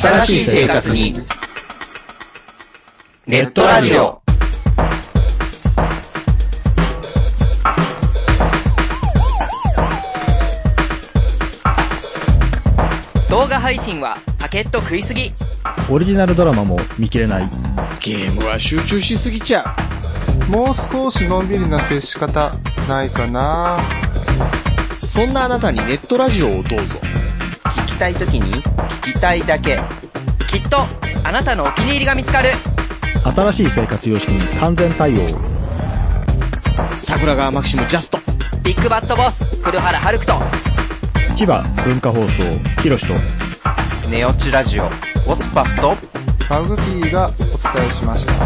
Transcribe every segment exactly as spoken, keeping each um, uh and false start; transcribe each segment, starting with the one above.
新しい生活にネットラジオ。 動画配信はパケット食いすぎ。 オリジナルドラマも見切れない。 ゲームは集中しすぎちゃう。もう少しのんびりな接し方ないかな。 そんなあなたにネットラジオをどうぞ。 聞きたいときに聞きたいだけ。きっとあなたのお気に入りが見つかる。 新しい生活様式に完全対応。 桜川マキシムジャスト。 ビッグバットボス黒原遥人。 千葉文化放送ひろしとネオチラジオオスパフとマグピーがお伝えしました。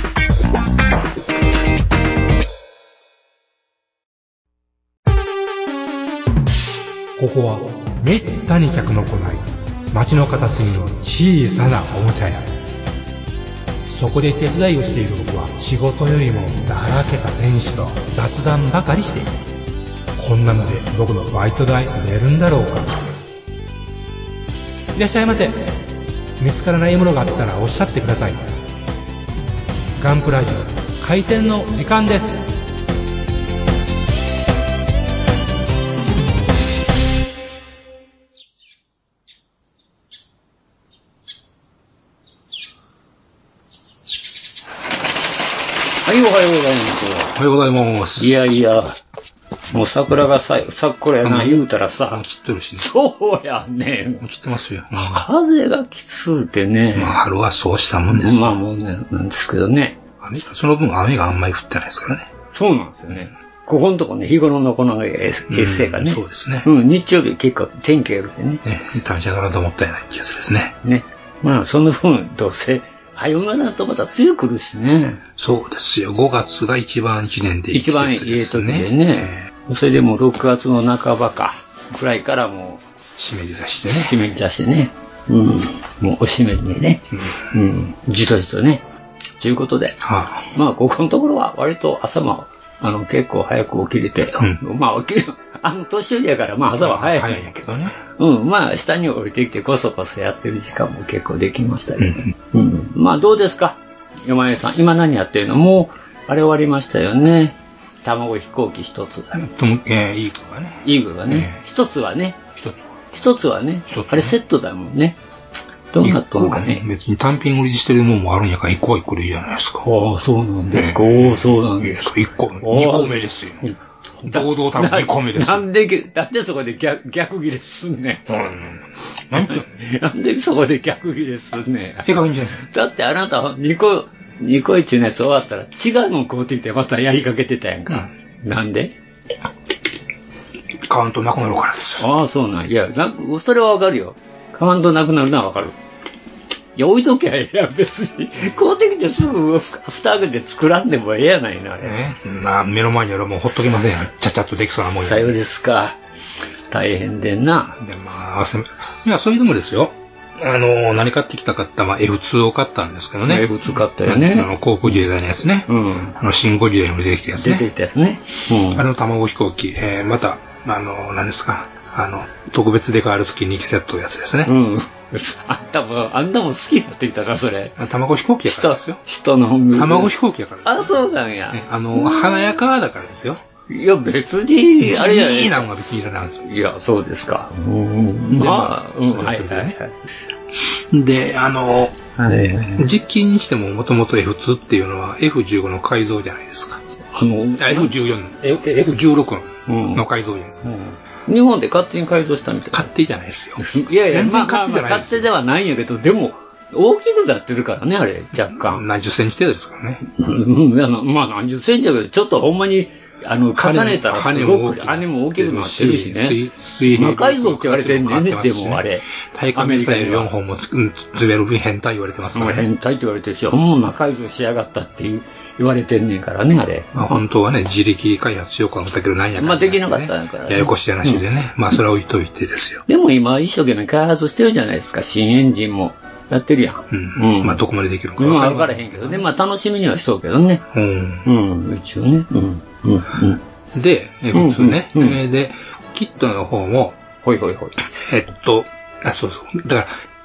ここはめったに客の来ない街の片隅の小さなおもちゃ屋。そこで手伝いをしている僕は仕事よりもだらけた店主と雑談ばかりしている。こんなので僕のバイト代出るんだろうか。いらっしゃいませ。見つからないものがあったらおっしゃってください。ガンプラジオ開店の時間です。 はい、おはようございます。 おはようございます。 いやいや、もう桜がさ、桜やな、言うたらさ。 落ちてるしね。 そうやね。 落ちてますよ。 風がきつうてね。 まあ、春はそうしたもんです。 まあもうね、なんですけどね。 雨その分雨があんまり降ってないですからね。 そうなんですよね。ここのとこね、日頃のこの月星がね、 うん。そうですね。 うん、日曜日結構天気が良くてね。 ね、試しながらと思ったような気がするですね。 ね。まあ、その分、どうせ、はよならとまた梅雨来るしね。 そうですよ。ごがつが一番一年でいい季節ですね。 一番いい時でね。それでもろくがつの半ばか、くらいからもう、 締めに出してね。 締めに出してね。うん。もうお締めにね。うん。うん。じとじとね。ということで。はあ、まあ、ここのところは割と朝も、あの、結構早く起きれて、うん、まあ、起きる、あの、年寄りやから、まあ、朝は早い。 早いんやけどね。 うん、まあ、下に降りてきて、こそこそやってる時間も結構できましたけど、ね。うん。うん、まあ、どうですか山根さん、今何やってるの？もう、あれ終わりましたよね。卵飛行機一つ。 とも、えー、イーグルがね。 イーグルがね。一、えー、つはね。 一つ。 一つはね。 一つ。 あれセットだもんね。どうなっとんかね。 別に単品売りしてるもんもあるんやから一個は一個でいいじゃないですか。 ああ、そうなんですか。おお、そうなんですか。 一個、二個目ですよ。堂々たる二個目ですよ。 なんで、なんでそこで逆、逆切れすんねん。うん。 なんなんでそこで逆切れすんねん。 ええ加減じゃないだってあなた、二個、二個一のやつ終わったら違うの買うてきてまたやりかけてたやんか。うん、なんでカウントなくなるからですよ。ああ、そうなん。いや、なそれはわかるよ。カウントなくなるのはわかる。いや、置いときゃええやん、別に。買うてきてすぐ蓋開けて作らんでもええやないな、あれ。 ね、な目の前にあるもうほっときませんやん。ちゃちゃっとできそうなもんや。 さようですか。大変でんな。 で、まあ、いや、それでもですよ。あの、何買ってきたかった、まあ、エフツー を買ったんですけどね。 エフツー 買ったよね。 あの、航空自衛隊のやつね。うん。あの、新ご時代にも出てきたやつね。 出てきたやつね。 うん。あれの卵飛行機、えー、また、あの、何ですか。あの、特別で変わるときにきセットのやつですね。 うん。あんたも、あんたも好きになってきたか、それ。 卵飛行機やからですよ。 人の卵飛行機やからですよ。 あ、そうなんや。 ね、あの、華やかだからですよ。 いや、別に、あれやいいなんは別にいらないんですよ。 いや、そうですか。うん。 で、まあ、うん、はいはいはい。で、あの、はいはい、実機にしてももともと エフツー っていうのは エフじゅうご の改造じゃないですか。 あの、 エフじゅうよん の、エフじゅうろく の改造じゃないですか。 うんうん、日本で勝手に改造したみたいな。 勝手じゃないですよ。 いやいや、 全然勝手じゃないですよ。 まあまあまあ、勝手ではないんやけど、でも、大きくなってるからね、あれ、若干。 何十センチ程度ですからね。 まあ何十センチだけど、ちょっとほんまに、あの、重ねたらすごく、羽も大きくなってるしね。水平魔改造って言われてんねんね、でもあれ。 対艦ミサイルよんほんもずれる変態言われてますからね。変態って言われてるし、ほんま魔改造しやがったって言われてんねんからね、あれ。 まあ本当はね、自力開発しようか思ったけど、なんやかんや、 まあできなかったんやからね。 ややこしい話でね。まあそれは置いといてですよ。 でも今一生懸命開発してるじゃないですか、新エンジンも。やってるやん。 うん。まあどこまでできるか分からへんけどね。まあ楽しみにはしそうけどね。うん。うん、一応ね。うん。うん。 うん。で、エフツー ね。で、キットの方も、 ほいほいほい。 えっと、あ、そうそう。だから、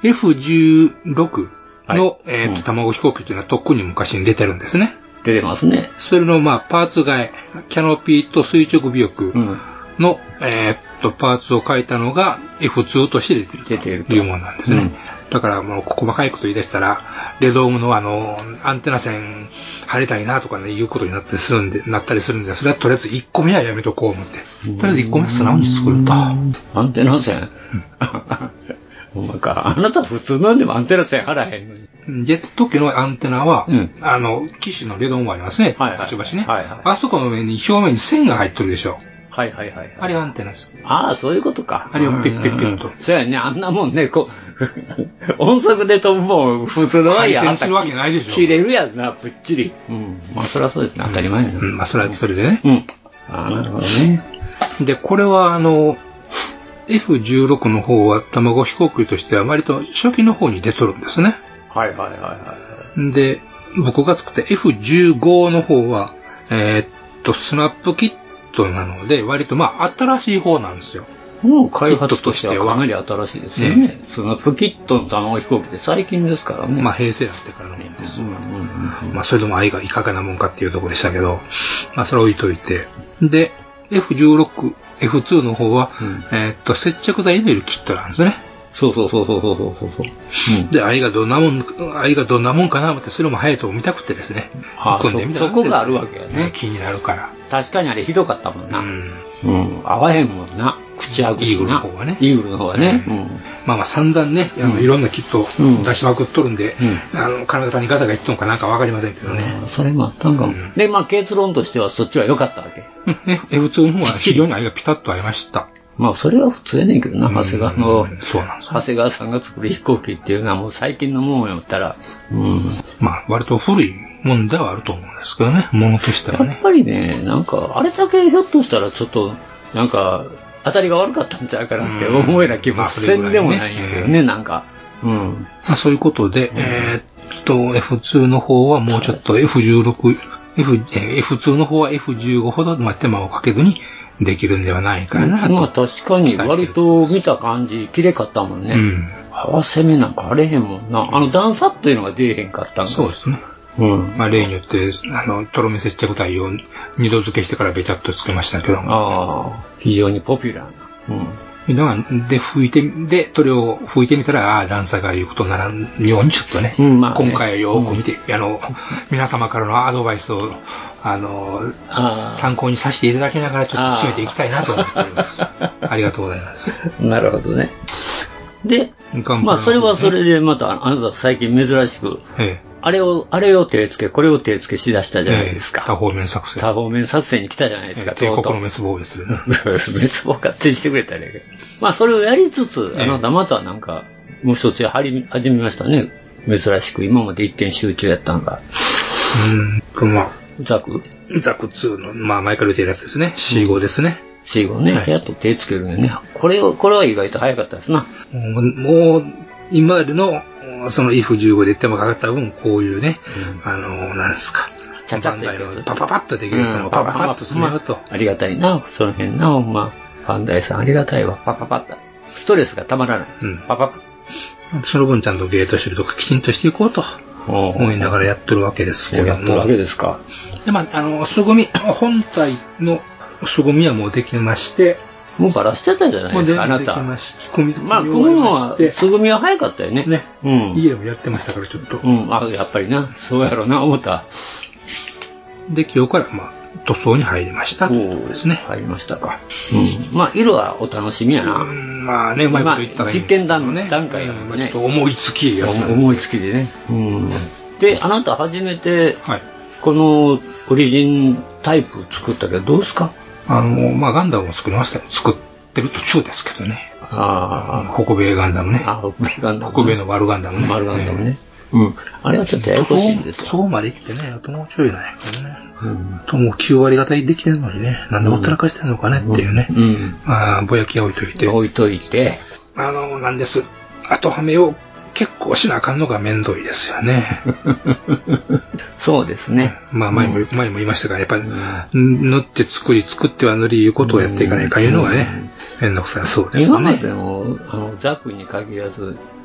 エフじゅうろく の、 はいえっ、と、 うん卵飛行機というのはとっくに昔に出てるんですね。 出てますね。 それの、まあ、パーツ替え、キャノピーと垂直尾翼うん。 の、えーっと、パーツを変えたのが エフツー として出てる出ているとというものなんですね。 うんだからもう細かいこと言い出したら、レドームのあの、アンテナ線張りたいなとかね、いうことになってするんで、なったりするんで、それはとりあえずいっこめはやめとこう思って。とりあえずいっこめは素直に作ると。 アンテナ線ほんまか。あなた普通なんでもアンテナ線張らへんのに。 ジェット機のアンテナは、 うんあの、機種のレドームもありますね。 はいはいくちばしね、 はいはいあそこの上に表面に線が入ってるでしょ。 はいはいはい、はい。 あれがアンテナです。 ああ、そういうことか。 あれをピッピッピッとうんうんうんそうやね、あんなもんね、こう、音速で飛ぶもん、普通のワイヤー配線するわけないでしょ切れるやんな、ぶっちり。うん。まあ、そりゃそうですね、当たり前やな。 うん、まあ、それはそれでね。 うん。ああ、なるほどね。 で、これはあの、エフじゅうろく の方は卵飛行機としては割と初期の方に出とるんですね。 はいはいはいはい。 で、僕が作った エフじゅうご の方は、えーっと、スナップキットなので、割とまあ新しい方なんですよ。 もう開発としてはかなり新しいですよね。 ねそのプキットの卵飛行機って最近ですからね。 まあ平成になってからのものです。 うんうんうんまあそれでも愛がいかがなもんかっていうところでしたけど、まあそれ置いといて。で、エフじゅうろく、エフツー の方は、 うんえーっと、接着剤入れるキットなんですね。 そうそうそうそうそうそうそう。うんで、愛がどんなもん、愛がどんなもんかなって、それも早いとこ見たくてですね。 ああ組んでみたらそそこがあるわけやね気になるから。 確かにあれひどかったもんな。 うん。 うん。合わへんもんな。口開くしな。 イーグルの方はねイーグルの方はね。 ううんん。 まあまあ散々ね、あの、 うんいろんなキットをうん出しまくっとるんで、 うあの、金型にガタがいっとんかなんかわかりませんけどね。 うんそれもあったんかも。 うんで、まあ結論としてはそっちは良かったわけ。 うん、F- エフツー の方は非常に愛がピタッと合いました。 まあそれは普通やねんけどな、長谷川の、 うんそうなんですね長谷川さんが作る飛行機っていうのはもう最近のもんやったら、うん。 まあ割と古いもんではあると思うんですけどね、ものとしてはね。 やっぱりね、なんか、あれだけひょっとしたらちょっと、なんか、当たりが悪かったんちゃうかなって思えな気もせんでもないんやけどね、なんか。うん。 まあそういうことで、えーっと、エフツー の方はもうちょっと エフじゅうろく、F、えー エフツー の方は エフじゅうご ほど、まあ、手間をかけずにできるんではないかなと。 まあ確かに割と見た感じ、綺麗かったもんね。 うん。 合わせ目なんかあれへんもんな。あの段差っていうのが出えへんかったんか。 そうですね。 うん。 まあ例によって、あの、とろみ接着剤を二度付けしてからべちゃっとつけましたけども。 ああ、非常にポピュラーな。うん。 だからで、拭いて、で、それを拭いてみたら、ああ、段差がいうことにならんように、ちょっとね、 うんまあね今回よく見て、あの、皆様からのアドバイスを、あの、 ああ。 参考にさせていただきながら、ちょっと進めていきたいなと思っております。ありがとうございます。 なるほどね。で、 頑張りますねまあそれはそれでまた、あなた最近珍しく、 えあれを、あれを手付け、これを手付けしだしたえ。 じゃないですか。 ええ多方面作戦。 多方面作戦に来たじゃないですか、とうとうええ帝国の滅亡ですよね。 滅亡勝手にしてくれたらいいけど。まあ、それをやりつつ、 ええあなたまたなんか、もう一つやり始めましたね。珍しく、今まで一点集中やったんが。 うーんと、まあ、 ザクザクツーの、まあ、前から言ってるやつですね。シーフォー ですね。 シーゴね、 はいやっと手つけるよね。これを、これは意外と早かったですな。 もう、もう今までの、その エフじゅうご で手間かかった分、こういうね、あの、なんですか。 ちゃちゃっていくやつバンダイのパパパッとできるやつをパパパッと進めると。 まあありがたいな、その辺な、ほんま。ファンダイさんありがたいわ。パパパッと。ストレスがたまらない。 うんパパパその分ちゃんとゲートしてるとかきちんとしていこうと思いながらやってるわけですけどもやってるわ。けですか。 で、まあ、あの、素組み、本体の素組みはもうできまして、 もうバラしてたじゃないもうですか、あな全部できた。 まして、組みまあ、組組み終わりむのは、 まして、 素組みは早かったよね。 ね、 うん。 家でもやってましたから、ちょっと。 うん、あ、やっぱりな、そうやろうな、思った。 で、今日から、まあ、塗装に入りました。ということですね。 入りましたか。うん。まあ、色はお楽しみやうな。 んまあね、うまいこと言ったらいいんですけど実験段段階だもんねうんまあちょっと思いつきやつなんで思いつきでね。うん。で、あなた初めて、 はい。 このオリジンタイプ作ったけど、どうですか？ あの、まあ、ガンダムを作りました。作ってる途中ですけどね。 あ北米ガンダムね。 あ、あ、北米ガンダム。 北米の丸ガンダムね。 丸ガンダムね。うん。あれはちょっとややこしいんですよ。 そうまで来てね、あともうちょいなんやけどね。 うん。 あともうきゅう割方できてんのにね、なんでほったらかしてんのかねっていうね。 うん。 まあ、ぼやきは置いといて。 置いといて、 あの、なんです。後はめを結構しなあかんのが面倒いですよね。 そうですね。 まあ、前も、前も言いましたが、やっぱり、塗って作り、作っては塗りいうことをやっていかないかいうのがね、めんどくさそうですよね。 今までの、あの、ザクに限らず、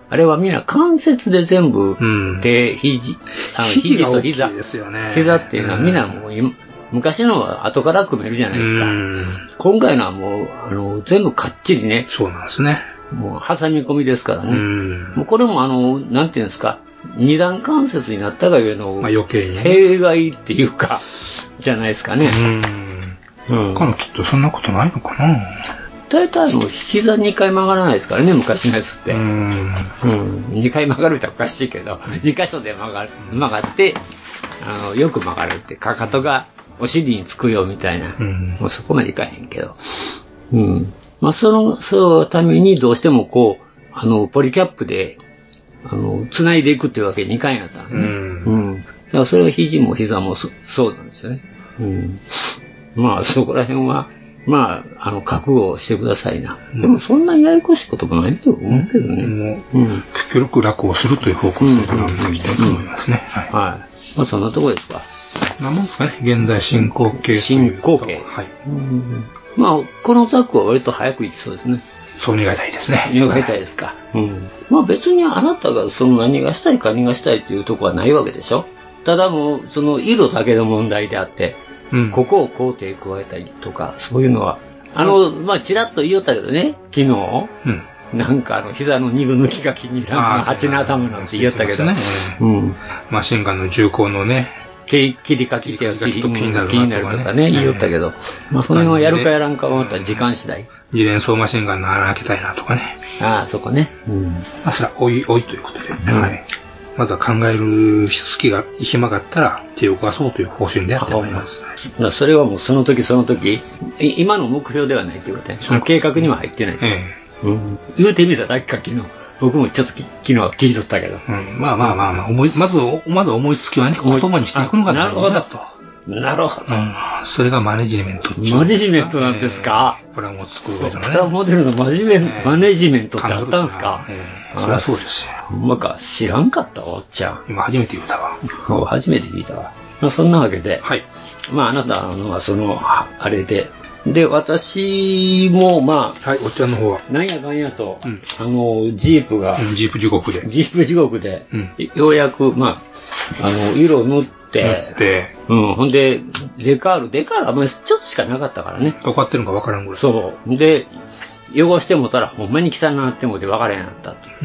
あれはみんな関節で全部、 うん手、肘、あの肘が大きいと膝。 ですよね膝っていうのはみんなもう今、昔のは後から組めるじゃないですか。 うん今回のはもう、あの、全部かっちりね。 そうなんですね。 もう挟み込みですからね。 うんもうこれもあの、なんていうんですか、二段関節になったがゆえの、 まあ余計にね。 弊害っていうか、じゃないですかね。 うん。他のきっとそんなことないのかな。 大体あの、膝にかい曲がらないですからね、昔のやつって。 うん。 うん。にかい曲がるっておかしいけど、に箇所で曲がる、曲がって、あの、よく曲がるって、かかとがお尻につくよみたいな。 うん。 もうそこまでいかへんけど。うん。まあ、その、そのためにどうしてもこう、あの、ポリキャップで、あの、繋いでいくっていうわけにいかんやったのね。 うん。 うん。だからそれは肘も膝もそそうなんですよね。うん。まあ、そこら辺は、まあ、あの、覚悟をしてくださいな。うん、でも、そんなにややこしいこともないと思うけどね。 もう、うん、極力楽をするという方向性で頑張っていきたいと思いますね。はい。 はい。まあ、そんなところですわ。 なもんですかね、現代進行形。 進行形。 はい。 うんまあ、このザックは割と早くいきそうですね。 そう願いたいですね。 願いたいですか。うん。まあ別にあなたがその何がしたいか何がしたいっていうところはないわけでしょ。ただもうその色だけの問題であって、うん、ここを工程加えたりとか、そういうのは、あの、まあちらっと言おったけどね、昨日、うん、なんかあの膝の肉抜きが気に入らん、蜂の頭なんて言ったけど、ねうん、マシンガンの銃口のね、 切り、切りかけて気になるとかね、言おったけど、まあその辺はやるかやらんかはまた時間次第。 二連装マシンガンの穴開けたいなとかね。 ああ、そこね。 うん。まあそれはおいおいということで、うん、はい。まずは考える隙が、暇があったら手を動かそうという方針でやっております。 はい、それはもうその時その時、今の目標ではないということね。その計画には入ってない。ええうん、言うてみただけか昨日。僕もちょっと昨日は聞いとったけど。 うん、まあまあまあまあ、思い、まず、まず思いつきはね、言葉にしていくのが大事だと。なるほど。 うん。それがマネジメントっていう。 マネジメントなんですか、 えー、プラモを作る上でのね。 プラモデルのマジメン、えー、マネジメントってあったんですかえー、そりゃそうですよ。 ほんまか、知らんかったわ、おっちゃん。 今初めて言うたわ。 初めて聞いたわ。まあそんなわけで。 はい。 まああなたのはその、あれで、で、私も、まあ、はい、おっちゃんの方は。 なんやかんやと、うん、あの、ジープが、 うん、ジープ地獄で。 ジープ地獄で、うん、ようやく、まあ、あの、色塗って、 塗って、 うん、ほんで、デカール、デカールあんまりちょっとしかなかったからね。 どこやってるのかわからんぐらい。 そう。で、汚してもたらほんまに汚なってもてわからへんなったと。 うん。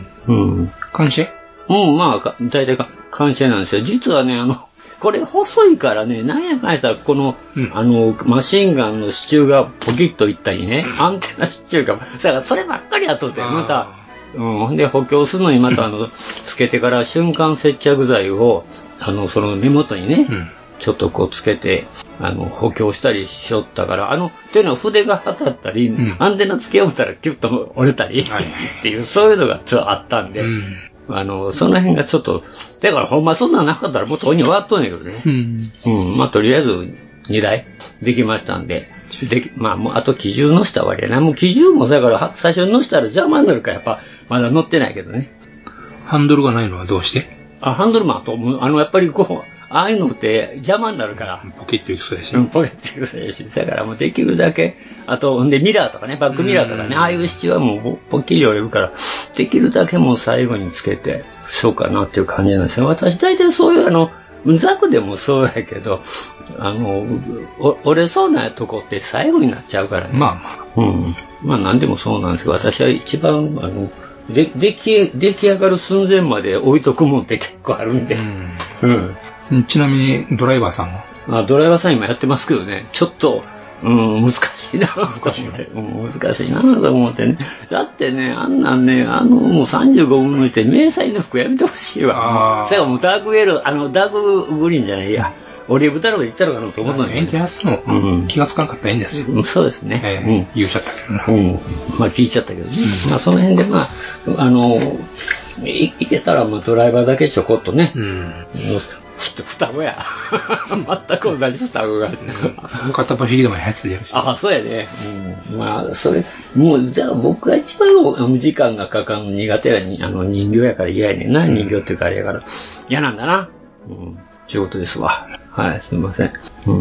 うん。 監視うん、まあ、大体監視なんですよ。実はね、あの、これ細いからね、なんやかんしたら、この、うん、あの、マシンガンの支柱がポキッといったりね、アンテナ支柱が、だからそればっかりやっとって、また、うん、ほんで補強するのにまた、あの、つけてから瞬間接着剤を、あの、その根元にね、うん、ちょっとこうつけて、あの、補強したりしよったから、あの、っていうのは筆が当たったり、うん、アンテナつけようとしたらキュッと折れたり、はい、っていう、そういうのがちょっとあったんで、うんあの、その辺がちょっと、だからほんまそんななかったらもっと鬼終わっとんねんけどね。うん。うん。まあとりあえずにだいできましたんで、でまあもうあと機銃の下はあれやな。もう機銃もだから最初に乗したら邪魔になるからやっぱまだ乗ってないけどね。 ハンドルがないのはどうして？ あ、ハンドルマンと、あのやっぱりこう、ああいうのって邪魔になるから。 ポケットいくそうやし。 うん、ポケットいくそうやし。だからもうできるだけ、あと、んでミラーとかね、バックミラーとかね、ああいう質はもうポッキリ折れるから、できるだけもう最後につけて、しようかなっていう感じなんですよ。私大体そういうあの、ザクでもそうやけど、あの、折れそうなとこって最後になっちゃうからね。 まあまあ。 うん。まあ何でもそうなんですけど、私は一番、あの、で、出来、出来上がる寸前まで置いとくもんって結構あるんで。うん。 うん、ちなみに、ドライバーさんはあドライバーさん今やってますけどね、ちょっと、うん、難しいなと思って、うん、難しいなと思ってね。だってね、あんなんね、あの、もうさんじゅうごぶんのして、迷彩の服やめてほしいわ。それからもうダークウェル、あの、ダークグリーンじゃないや。オリーブ太郎で言ったのかなと思ったんだけど、ね。 エンジャスの、うん、気がつかなかったらいいんですよ。 うん、そうですね。 えー、うん。言うちゃったけどな。 うん。まあ聞いちゃったけどね。うん、まあその辺でまあ、あの、い, いけたらまあドライバーだけちょこっとね。うん。双子や。全く同じ双子が。 片っ端でもやつでやるし。 ああ、そうやね。うん。まあ、それ、もう、じゃあ僕が一番時間がかかるの苦手なあの人形やから嫌やねんな。人形っていうかあれやから。嫌なんだな。うん。ということですわ。はい、すみません。うん。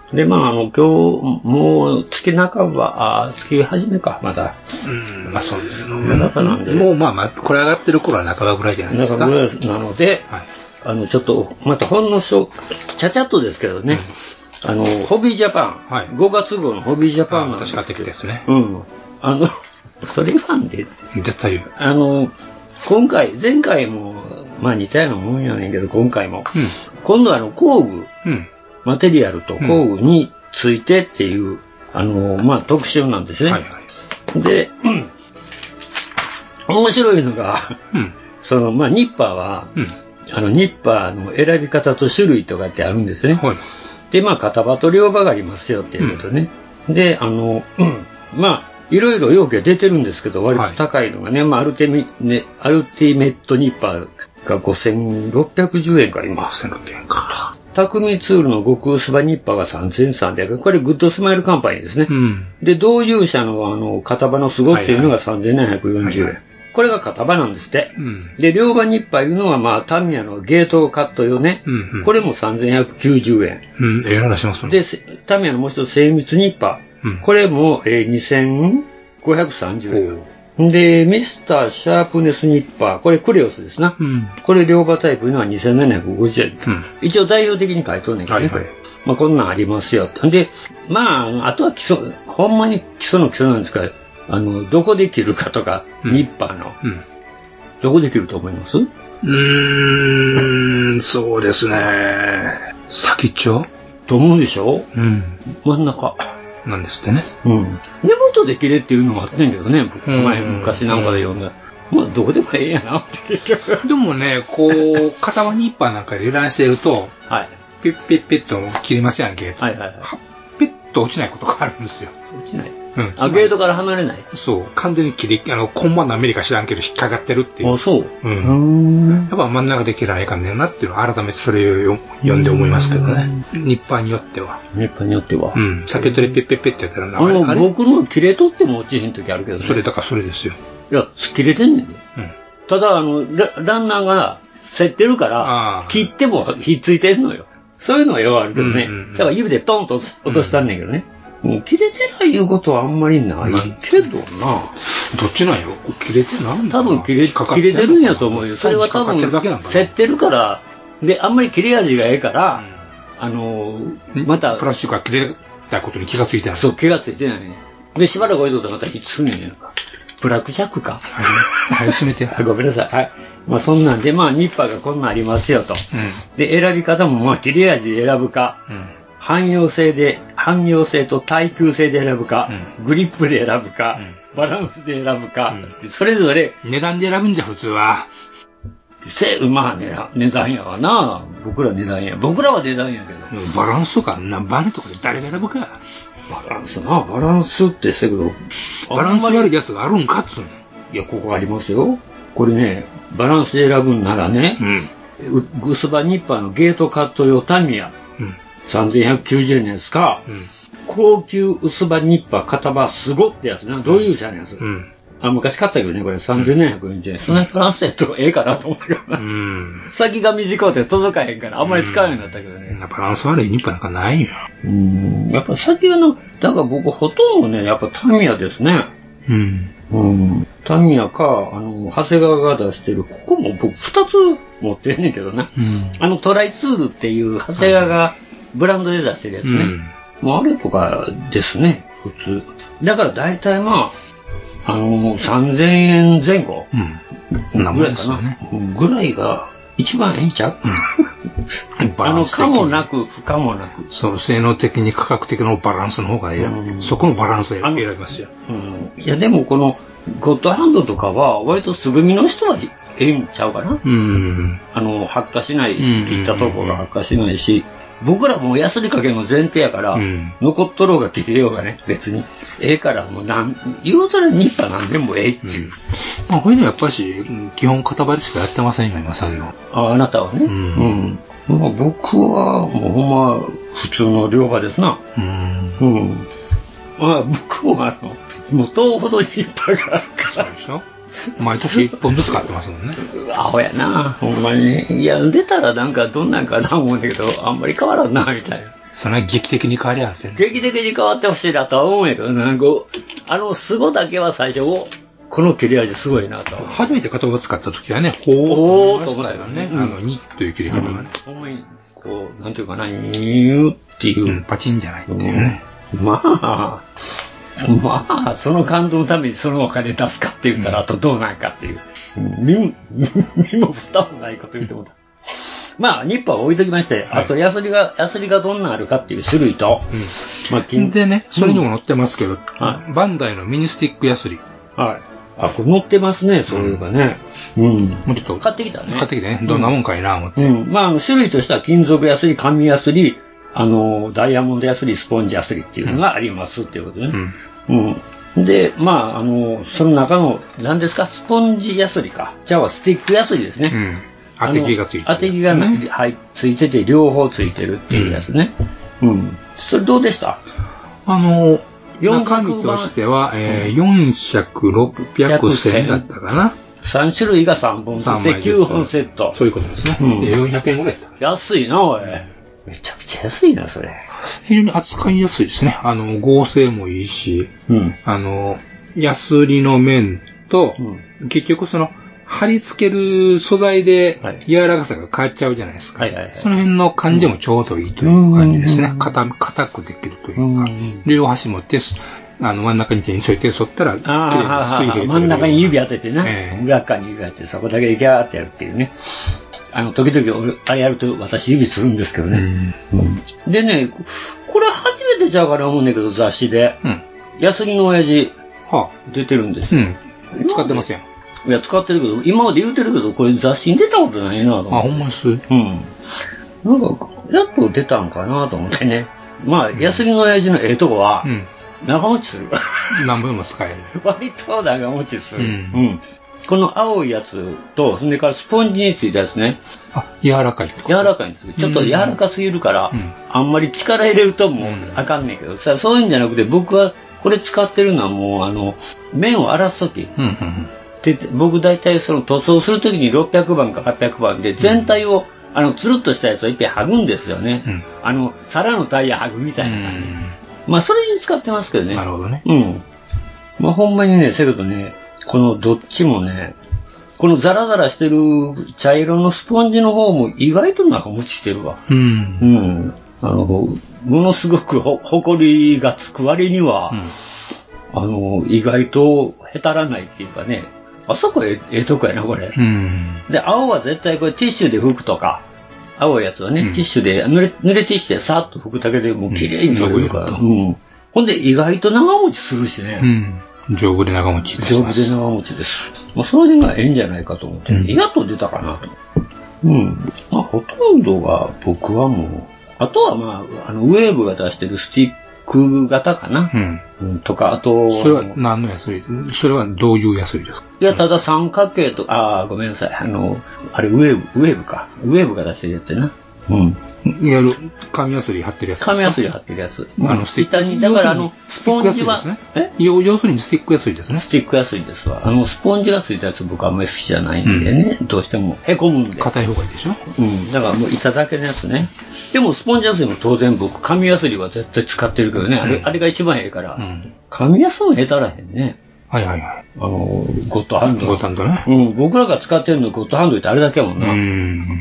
で、まあ、あの、今日、もう、月半ば、あ、月初めか、まだ。 うん、まあそうですね。 なんでもう、まあまあ、これ上がってる頃は半ばぐらいじゃないですか。 半ばぐらいなので、はい、あの、ちょっと、またほんのしょ、ちゃちゃっとですけどね、うん、あの、ホビージャパン、はい、ごがつ号のホビージャパン私買ってきたですね。 うん。あの、それファンで、 絶対言う。 あの、今回、前回も、まあ似たようなもんやねんけど、今回も。うん、今度はあの、工具、うん、マテリアルと工具についてっていう、うん、あの、まあ特集なんですね。はいはい、で、うん、面白いのが、うん、その、まあニッパーは、うん、あの、ニッパーの選び方と種類とかってあるんですね。はい、で、まあ片刃と両刃がありますよっていうことね。うん、で、あの、うん、まあ、いろいろ容器が出てるんですけど、割と高いのがね、はい、まあ、アルティメ、ね、アルティメットニッパーがごせんろっぴゃくじゅうえんから今。ごせんろっぴゃくえんか。タクミツールの極薄刃ニッパーがさんぜんさんびゃくえん。これグッドスマイルカンパニーですね。うん、で、同友社のあの、片刃のスゴっていうのがさんぜんななひゃくよんじゅうえん。はいはい、これが片刃なんですって。うん、で、両刃ニッパーいうのはまあ、タミヤのゲートカットよね。うんうん、これもさんぜんひゃくきゅうじゅうえん。 うん、ええ話しますね。 で、タミヤのもう一つ精密ニッパー。うん、これも、えー、にせんごひゃくさんじゅうえん。で、ミスターシャープネスニッパー。これクレオスですな。うん、これ両刃タイプのはにせんななひゃくごじゅうえん。うん、一応代表的に書いとんねんけどね。はいはい、まあこんなんありますよ。で、まあ、あとは基礎、ほんまに基礎の基礎なんですから、あの、どこで切るかとか、うん、ニッパーの、うん。どこで切ると思います？うーん、そうですね。先っちょと思うでしょ？うん。真ん中。 なんですってね。 うん。根元で切れっていうのもあってんけどね、僕前昔なんかで読んだ。まあ、どこでもええやなって。 でもね、こう、片刃ニッパーなんかで油断してると、はい。ピッピッピッと切れますやんけ。はいはいはい。ピッと落ちないことがあるんですよ。 落ちない。うん。あ、ゲートから離れない？ そう。完全に切り、あの、コンマ何ミリか知らんけど引っかかってるっていう。 あ、そう。 うん。やっぱ真ん中で切らないかんねんなっていうのを改めてそれを読んで思いますけどね。ニッパーによっては。 ニッパーによっては。 うん。先ほどでペッペッペッってやったらな、 あの、僕の切れ取っても落ちへん時あるけどね。 それだからそれですよ。 いや、切れてんねんで。うん。ただ、あの、ラ、ランナーが競ってるから、切ってもひっついてんのよ。そういうのはよくあるけどね。だから指でトンと落としたんねんけどね。もう切れてないいうことはあんまりないけどな。 どっちなんよ切れてなんだ多分切れ、切れてるんやと思うよ。それは多分、競ってるから、で、あんまり切れ味がええから、うん、あのー、また。 プラスチックが切れたことに気がついてない。 そう、気がついてないね。で、しばらく置いとったらまたひっつくねんね。ブラックジャックか。 はい、はい、進めて。 ごめんなさい。はい。まあそんなんで、まあニッパーがこんなんありますよと。うん、で、選び方もまあ切れ味選ぶか。うん汎用性で、汎用性と耐久性で選ぶか、うん、グリップで選ぶか、うん、バランスで選ぶか、うん、それぞれ。 値段で選ぶんじゃ普通は。 せ、まあね、値段やわな。僕ら値段や。僕らは値段やけど。 バランスとか、ナンバーネとかで誰が選ぶか。 バランスな、バランスってせけど。 バランス悪いやつがあるんかっつうの。 いや、ここありますよ。これね、バランスで選ぶんならね、うん、グスバニッパーのゲートカット用タミヤ。うんさんぜんひゃくきゅうじゅうえんのやつか、うん、高級薄刃ニッパー片刃すごってやつな、どういう社のやつ、うん、あ昔買ったけどね、これさんぜんななひゃくよんじゅうえん、うん、そんなバランスやとええかなと思ったけどな、うん、先が短くて届かへんからあんまり使うようになったけどね、 うん、バランス悪いニッパーなんかないよ。 うんやっぱ先がのだから僕ほとんどねやっぱタミヤですね。うん、うん、タミヤかあの長谷川が出してるここも僕ふたつ持ってんねんけどな、うん、あのトライツールっていう長谷川が、はいブランドで出してるやつね。うん、もうあれとかですね、普通。だから大体まあ、あのー、さんぜんえんぜん後。うん。ぐらいかな。ね、ぐらいが一番ええんちゃう、うん、あの、可もなく、不可もなく。 そう、性能的に価格的なバランスの方がええ、うん。そこのバランスを選びますよ。 うん。いや、でもこの、ゴッドハンドとかは、割と素組みの人はええんちゃうかな。うん。あの、発火しないし、切ったとこが発火しないし、僕らもヤスリかけの前提やから、うん、残っとろうが切れようがね、別に。ええからもうなん、言うたらニッパなんでもええっちゅう。うん、 まあこういうのはやっぱし、基本片張りしかやってませんよ、今作業。 あ、あなたはね。うん。うん、まあ、僕はもうほんま、普通の両刃ですな。うん。うん。まあ僕もあの、もう東ほどニッパがあるから。そうでしょ毎年一本ずつ買ってますもんね。 アホやな、ほんまに。いや、出たらなんかどんなんかな思うんだけど、あんまり変わらんな、みたいな。 そんな劇的に変わりやんせん。 劇的に変わってほしいなとは思うんやけどな、こう、あの、スゴだけは最初、おこの切れ味すごいなと。 初めて言葉を使った時はね、ほーと思ったよね。あの、にという切れ方がね。 ほんまに、こう、なんていうかな、にーっていう。 うん、パチンじゃないっていうね。 まあ、まあ、その感動のためにそのお金出すかって言ったら、あとどうなんかっていう。身も、身も蓋もないこと言ってもた。まあ、ニッパーは置いときまして、あと、ヤスリが、ヤスリがどんなあるかっていう種類と、 まあ、でね、それにも載ってますけど、バンダイのミニスティックヤスリ。 はい。あ、これ載ってますね、そういえばね。うん。 もうちょっと。 買ってきたね。 買ってきてね。どんなもんかいな、思って。 うん。まあ、種類としては金属ヤスリ、紙ヤスリ、あの、ダイヤモンドヤスリ、スポンジヤスリっていうのがありますっていうことね。うん。うん。で、まあ、あの、その中の、何ですか、スポンジヤスリか。じゃあ、スティックヤスリですね。うん。 当て木がついてる。 当て木が、はい、ついてて、両方ついてるっていうやつね。うん。うん、それどうでした？ あの、中身としては、えー、よんひゃく、ろっぴゃく、せんだったかな。 さん種類がさんぼんセットできゅうほんセット。 そういうことですね。うん、よんひゃくえんぐらいだった。 安いな、おい。めちゃくちゃ安いな、それ。 非常に扱いやすいですね。あの、合成もいいし、うん、あの、ヤスリの面と、うん、結局その、貼り付ける素材で柔らかさが変わっちゃうじゃないですか。はいはいはい、その辺の感じもちょうどいいという感じですね。硬くできるというか、両端持って、あの真ん中に手に添えて沿ったら、 水平真ん中に指当ててね、えー、裏側に指当てて、そこだけでギャーってやるっていうね。あの、時々俺、あれやると私指するんですけどね。うんうん、でね、これ初めてちゃうかな思うんだけど、雑誌で。うん、ヤスリの親父、はあ、出てるんですよ。 うん、使ってますやん。 いや、使ってるけど、今まで言うてるけど、これ雑誌に出たことないなと思って。 あ、ほんまです。うん。 なんか、やっと出たんかなと思ってね。まあ、ヤスリの親父のええとこは、うん、長持ちする。 何分も使える。 割と長持ちする。うん。うん、この青いやつと、それからスポンジについたやつね。 あ、柔らかいってこと？ 柔らかいんですよ。ちょっと柔らかすぎるから、うん、あんまり力入れるともうあかんねんけど、うん、そういうんじゃなくて、僕はこれ使ってるのはもう、あの、麺を荒らすとき。うんうんで僕大体その塗装するときにろっぴゃくばんかはっぴゃくばんで全体を、うん、あのつるっとしたやつをいっぺん剥ぐんですよね、うん、あの皿のタイヤ剥ぐみたいな感じ、うん、まあそれに使ってますけどね。 なるほどね。 うんまあほんまにねせやけどねこのどっちもねこのザラザラしてる茶色のスポンジの方も意外と長持ちしてるわ。うん、うん、あのものすごくほほこりがつく割には、うん、あの意外とへたらないっていうかねあそこええとこやな、これ。うん、で、青は絶対これティッシュで拭くとか、青いやつはね、うん、ティッシュで、濡れ、濡れティッシュでさーっと拭くだけでもう綺麗に取れるから。うんうん。ほんで、意外と長持ちするしね。 うん。丈夫で長持ちいたします。 丈夫で長持ちです。まあ、その辺がええんじゃないかと思って、ね、うん、やっと出たかなと。うん。まあ、ほとんどが僕はもう、あとはまあ、あの、ウェーブが出してるスティック型かな。うん。うん、とか、あと。 それは何のヤスリ？それはどういうヤスリですか？ いや、ただ三角形と、ああ、ごめんなさい。あの、あれ、ウェーブ、ウェーブか。ウェーブが出してるやつやな。うん。 いわゆる、紙ヤスリ貼ってるやつですか？ 紙ヤスリ貼ってるやつ。 あの、スティック。 板に、だからあの、スポンジは、 え要するにスティックヤスリですね。 スティックヤスリですわ。あの、スポンジがついたやつ僕あんまり好きじゃないんでね。うん、どうしても、へこむんで。 硬い方がいいでしょ？ うん。だからもう板だけのやつね。でも、スポンジヤスリも当然僕、紙ヤスリは絶対使ってるけどね。うん、あれ、あれが一番ええから。うん、紙ヤスリもへたらへんね。 はいはいはい。 あの、ゴッドハンド。 ゴッドハンドね。 うん。僕らが使ってるのゴッドハンドってあれだけやもんな。 うん。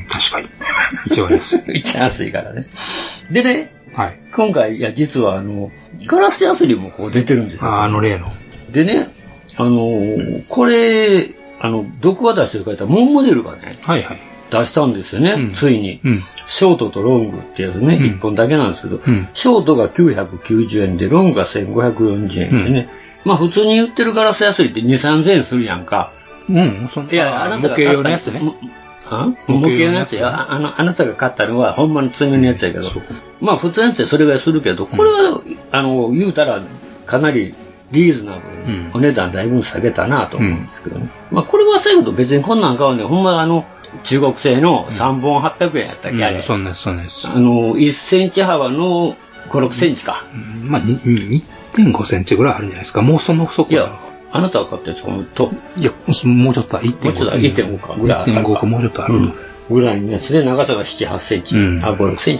確かに。一番安い。 一番安いからね。でね。 はい。 今回、いや、実はあの、ガラスヤスリもこう出てるんですよ。 あ、あの例の。 でね、あの、これ、あの、どこが出してるか言ったら、モンモデルがね。 はいはい。 出したんですよね。うん、ついに、うん。ショートとロングってやつね。一、うん、本だけなんですけど、うん、ショートがきゅうひゃくきゅうじゅうえんで、ロングがせんごひゃくよんじゅうえんでね。うんまあ普通に売ってるガラスヤスリってに、さんぜんえんするやんか。 うん、そんな。 いや、あなたが買った。模型用のやつね。 は模型用のやつや。あの、あなたが買ったのはほんまの爪のやつやけど。うん、まあ普通のやつでそれぐらいするけど、これは、うん、あの、言うたらかなりリーズナブルに、うん、お値段だいぶ下げたなと思うんですけどね。うん、まあこれはそういうこと別にこんなん買うね。ほんまあの、中国製のさんぼんはっぴゃくえんやったっけ、あれ。 うん、そんなそんなやつ。 あの、いっセンチ幅のご、ろくセンチか。 うん、まあ、に、にてんごセンチぐらいあるんじゃないですか。もうその太くいや、あなたが買ったやつかもと。 いや、もうちょっと、いってんご。 いってんごかぐらいある。 いってんごかもうちょっとある。うん、 ぐらいのやつで長さがなな、はちセンチ。うん、あ、ご、ろくセンチじゃな。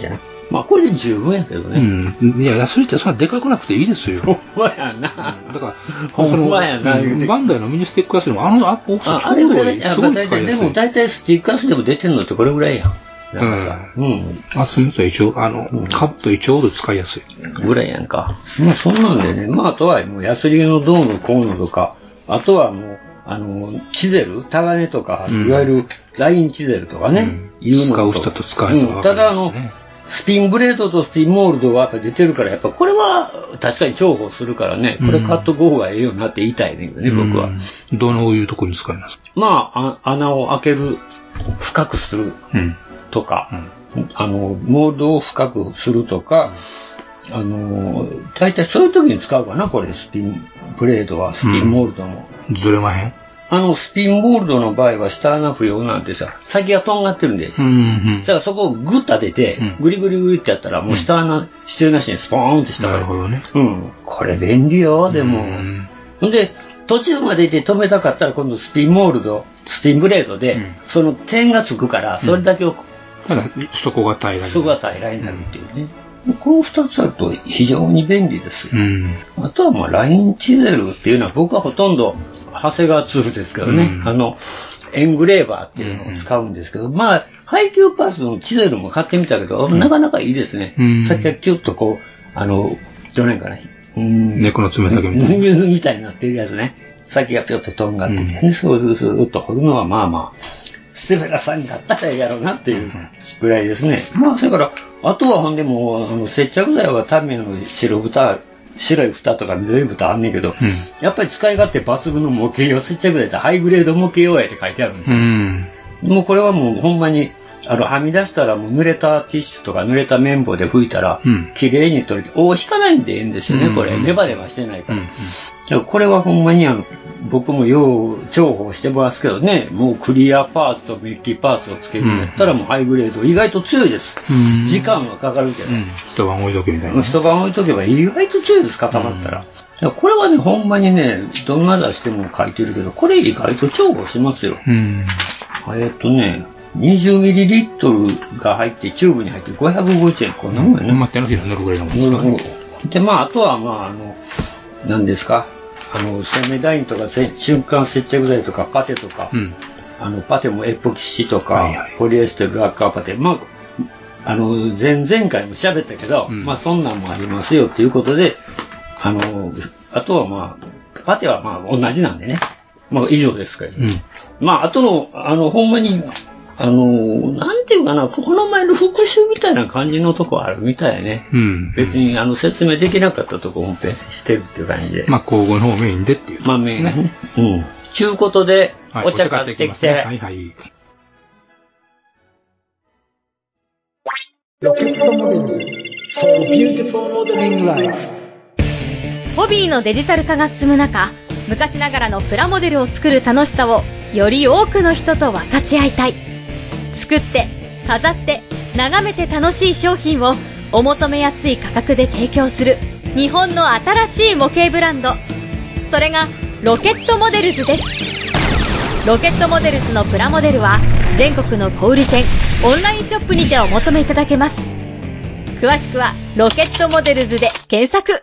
まあこれで十分やけどね。 うん。いや、ヤスリってそんなでかくなくていいですよ。 ほんまやな。 だから、 ほんまやな。 バンダイのミニスティックヤスリもあの大きさちょうどいい。すごい使いやすい。 でも大体スティックヤスリでも出てんのってこれぐらいやん。なんかさ。うん。 厚みと一応、あの、カップとちょうど使いやすい。 ぐらいやんか。まあそんなんでね。まああとはもうヤスリのどうのこうのとか、あとはもう、あの、チゼル、タガネとか、いわゆるラインチゼルとかね。 いうのと使う人と使う人が分かただあの、スピンブレードとスピンモールドがやっぱ出てるから、やっぱこれは確かに重宝するからね、これ買っとこうがええよなって言いたいねんけどね、僕は。 どのいうところに使いますか？ まあ、あ穴を開ける、深くするとか、あの、モールドを深くするとか、あの、大体そういう時に使うかな、これ、スピンブレードは、スピンモールドも。 ずれまへん？ あの、スピンモールドの場合は下穴不要なんてさ、先がとんがってるんで。うんうん。だからそこをグッと当てて、うん、グリグリグリってやったら、もう下穴してるなしにスポーンって下から。 なるほどね。 うん。これ便利よ、でも。ほんで、途中までで止めたかったら、今度スピンモールド、スピンブレードで、うん、その点がつくから、それだけを、うん、 ただ、そこが平らになる。 そこが平らになるっていうね。うん、この二つあると非常に便利ですよ。うん、あとはまあラインチゼルっていうのは僕はほとんど長谷川ツールですけどね、うん、あのエングレーバーっていうのを使うんですけど、うん、まあ配給パーツのチゼルも買ってみたけど、うん、なかなかいいですね。うん、さっきはキュッとこう、あの、どれかな、 うん、猫の爪先みたいな。 水みたいになってるやつね。先がピョッととんがってて、ね、うん、そうすると掘るのはまあまあ、ステベラさんになったらやろうなっていうぐらいですね。まあ、それから、あとはほんでも、あの、接着剤はタミヤの白蓋、白い蓋とか緑い蓋あんねんけど、うん、やっぱり使い勝手抜群の模型用接着剤ってハイグレード模型用やって書いてあるんですよ。うん、もうこれはもうほんまに、あの、はみ出したらもう濡れたティッシュとか濡れた綿棒で拭いたら、うん、綺麗に取れて、お引かないんでええんですよね、うん、これ。ネバネバしてないから。うんうん、これはほんまにあの、僕もよう重宝してますけどね、もうクリアパーツとメッキパーツをつけるんだったらもうハイグレード意外と強いです。うん、時間はかかるけど。うん、 一晩置いとけみたいな、ね。 一晩置いとけば意外と強いです、固まったら。うん、これはね、ほんまにね、どんな雑誌でも書いてるけど、これ意外と重宝しますよ。うん、えっとね、にじゅうミリリットル が入って、チューブに入ってごひゃくごじゅうえん、こんなもんやね。 まあ、手のひらに乗るぐらいのもんですかね。 で、まあ、あとは、まあ、あの、何ですか、あの、セメダインとか、瞬間接着剤とか、パテとか、うん、あの、パテもエポキシとか、はいはい、ポリエステル、ラッカーパテ、まあ、あの、前々回も喋ったけど、うん、まあ、そんなんもありますよっていうことで、あの、あとはまあ、パテはまあ、同じなんでね。まあ、以上ですけど、うん、まあ、あとの、あの、ほんまに、あの、なんていうかな、この前の復習みたいな感じのとこあるみたいね。うん、別に、あの、説明できなかったとこ本編してるっていう感じで。 まあ、交互の方メインでっていう、ね。 まあ、メインね。うん。ちゅうことで、はい、お茶買ってきて。ね、はいはい。 ロケットモデル for beautiful modeling life。 ホビーのデジタル化が進む中、昔ながらのプラモデルを作る楽しさをより多くの人と分かち合いたい。作って飾って眺めて楽しい商品をお求めやすい価格で提供する日本の新しい模型ブランド、それがロケットモデルズです。ロケットモデルズのプラモデルは全国の小売店、オンラインショップにてお求めいただけます。詳しくはロケットモデルズで検索。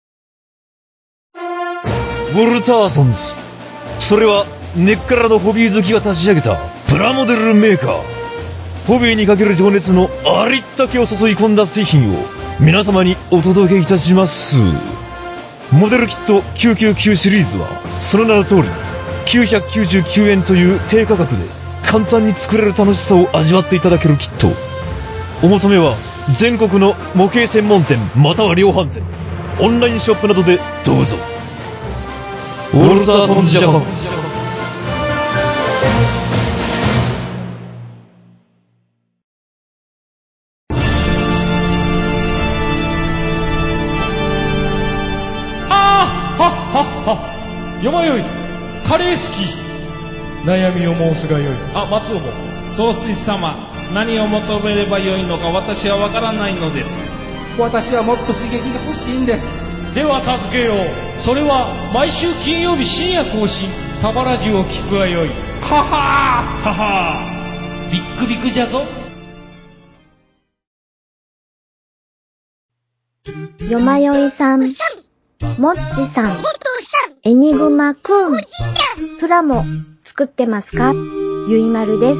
ウォルターソンズ、それは根っからのホビー好きが立ち上げたプラモデルメーカー。ホビーにかける情熱のありったけを注い込んだ製品を皆様にお届けいたします。モデルキットきゅうひゃくきゅうじゅうきゅうシリーズはその名の通りきゅうひゃくきゅうじゅうきゅうえんという低価格で簡単に作れる楽しさを味わっていただけるキット。お求めは全国の模型専門店または量販店、オンラインショップなどでどうぞ。ウォルターソンズジャパン。 よまよい、カレー好き。悩みを申すがよい。あ、松尾も。 総帥様、何を求めればよいのか私はわからないのです。 私はもっと刺激が欲しいんです。 では助けよう。それは毎週金曜日深夜更新、サバラジュを聞くがよい。ははーははー、ビックビックじゃぞ。 よまよいさん、もっちさん、エニグマくん、プラモ作ってますか？ゆいまるです。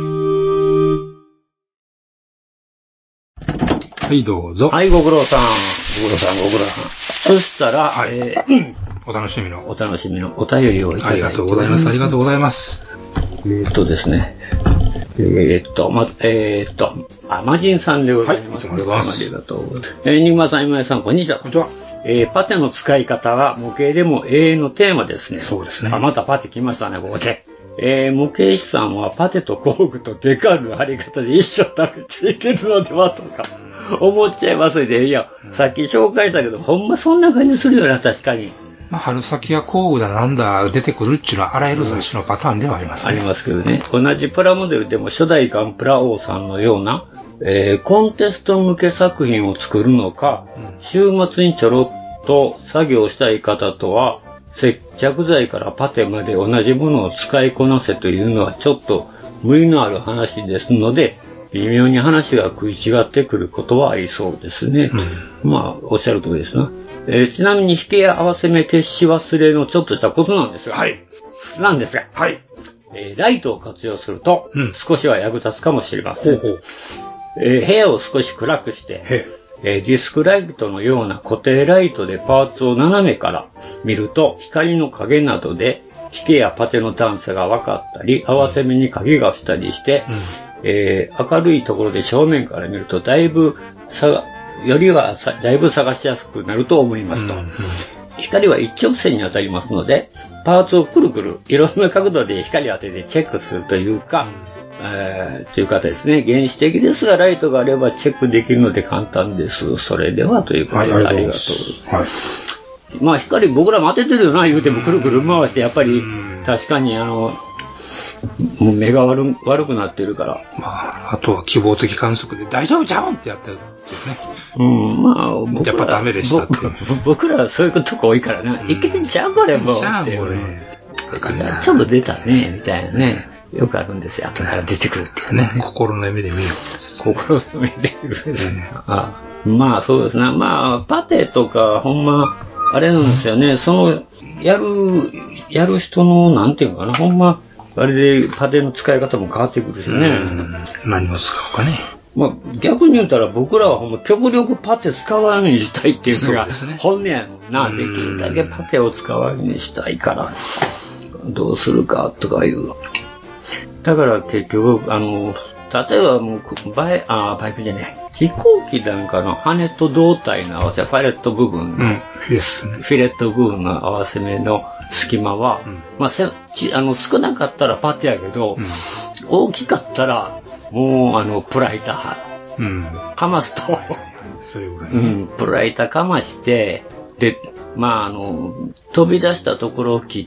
はい、どうぞ。 はい、ご苦労さん。ご苦労さん、ご苦労さん。そしたら、はい、えー、 お楽しみの。 お楽しみのお便りをいただいて。 ありがとうございます。ありがとうございます。 えーっとですね。えーっと、ま、えーっと、あまじんさんでございます。はい、ありがとうございます。ありがとうございます。えー、エニグマさん、今井さん、こんにちは。こんにちは。えー、パテの使い方は模型でも永遠のテーマですね。 そうですね。 あ、またパテ来ましたね、ここで。えー、模型師さんはパテと工具とデカールの貼り方で一生食べていけるのではとか思っちゃいますね。いや、うん、さっき紹介したけど、ほんまそんな感じするよな、確かに。 まあ、春先や工具だなんだ出てくるっていうのはあらゆる雑誌のパターンではありますね。 ありますけどね。同じプラモデルでも初代ガンプラ王さんのような、えー、コンテスト向け作品を作るのか、うん、週末にちょろっと作業したい方とは、接着剤からパテまで同じものを使いこなせというのはちょっと無理のある話ですので、微妙に話が食い違ってくることはありそうですね。うん、まあ、おっしゃる通りですな。えー、ちなみに引けや合わせ目消し忘れのちょっとしたことなんですが、はい。なんですが、はい。えー、ライトを活用すると、うん、少しは役立つかもしれません。ほうほう。えー、部屋を少し暗くして、えー、ディスクライトのような固定ライトでパーツを斜めから見ると、光の影などで引けやパテの段差が分かったり、合わせ目に影がしたりして、うん、えー、明るいところで正面から見るとだいぶ差が、よりはだいぶ探しやすくなると思いますと。うんうん、光は一直線に当たりますので、パーツをくるくるいろんな角度で光を当ててチェックするというか、えー、という方ですね。原始的ですが、ライトがあればチェックできるので簡単です。それではということで、はい、ありがとう。はい、まあ光僕らも当ててるよな言うてもくるくる回して、やっぱり確かにあの、もう目が悪悪くなってるから。 まあ、あとは希望的観測で大丈夫ちゃうんってやったっていうね。 うん、まあ、僕らやっぱダメでしたっていう。 僕らはそういうとこ多いからな。いけんちゃうこれもう。 ちゃうこれ。 ちょっと出たね、みたいなね。よくあるんですよ。後から出てくるっていうね。 心の目で見よう。心の目で見るんですね。ああまあそうですね。まあ、パテとか、ほんま、あれなんですよね。その、やる、やる人の、なんていうのかな。ほんま、あれでパテの使い方も変わってくるしね。 何を使うかね。 まあ、逆に言うたら僕らはほんま極力パテ使わんようにしたいっていうのが本音やもんな。できるだけパテを使わんようにしたいから、どうするかとかいう。だから結局、あの、例えばもう、バイ、あ、バイクじゃない。飛行機なんかの羽と胴体の合わせ、ファレット部分、うん、 フィレット、ね、 フィレット部分の合わせ目の隙間は、うん、まあせちあの、少なかったらパテやけど、うん、大きかったら、もう、あの、プライター、うん、かますと、 それぐらいね、 うん、プライターかまして、で、まあ、あの、飛び出したところを切って、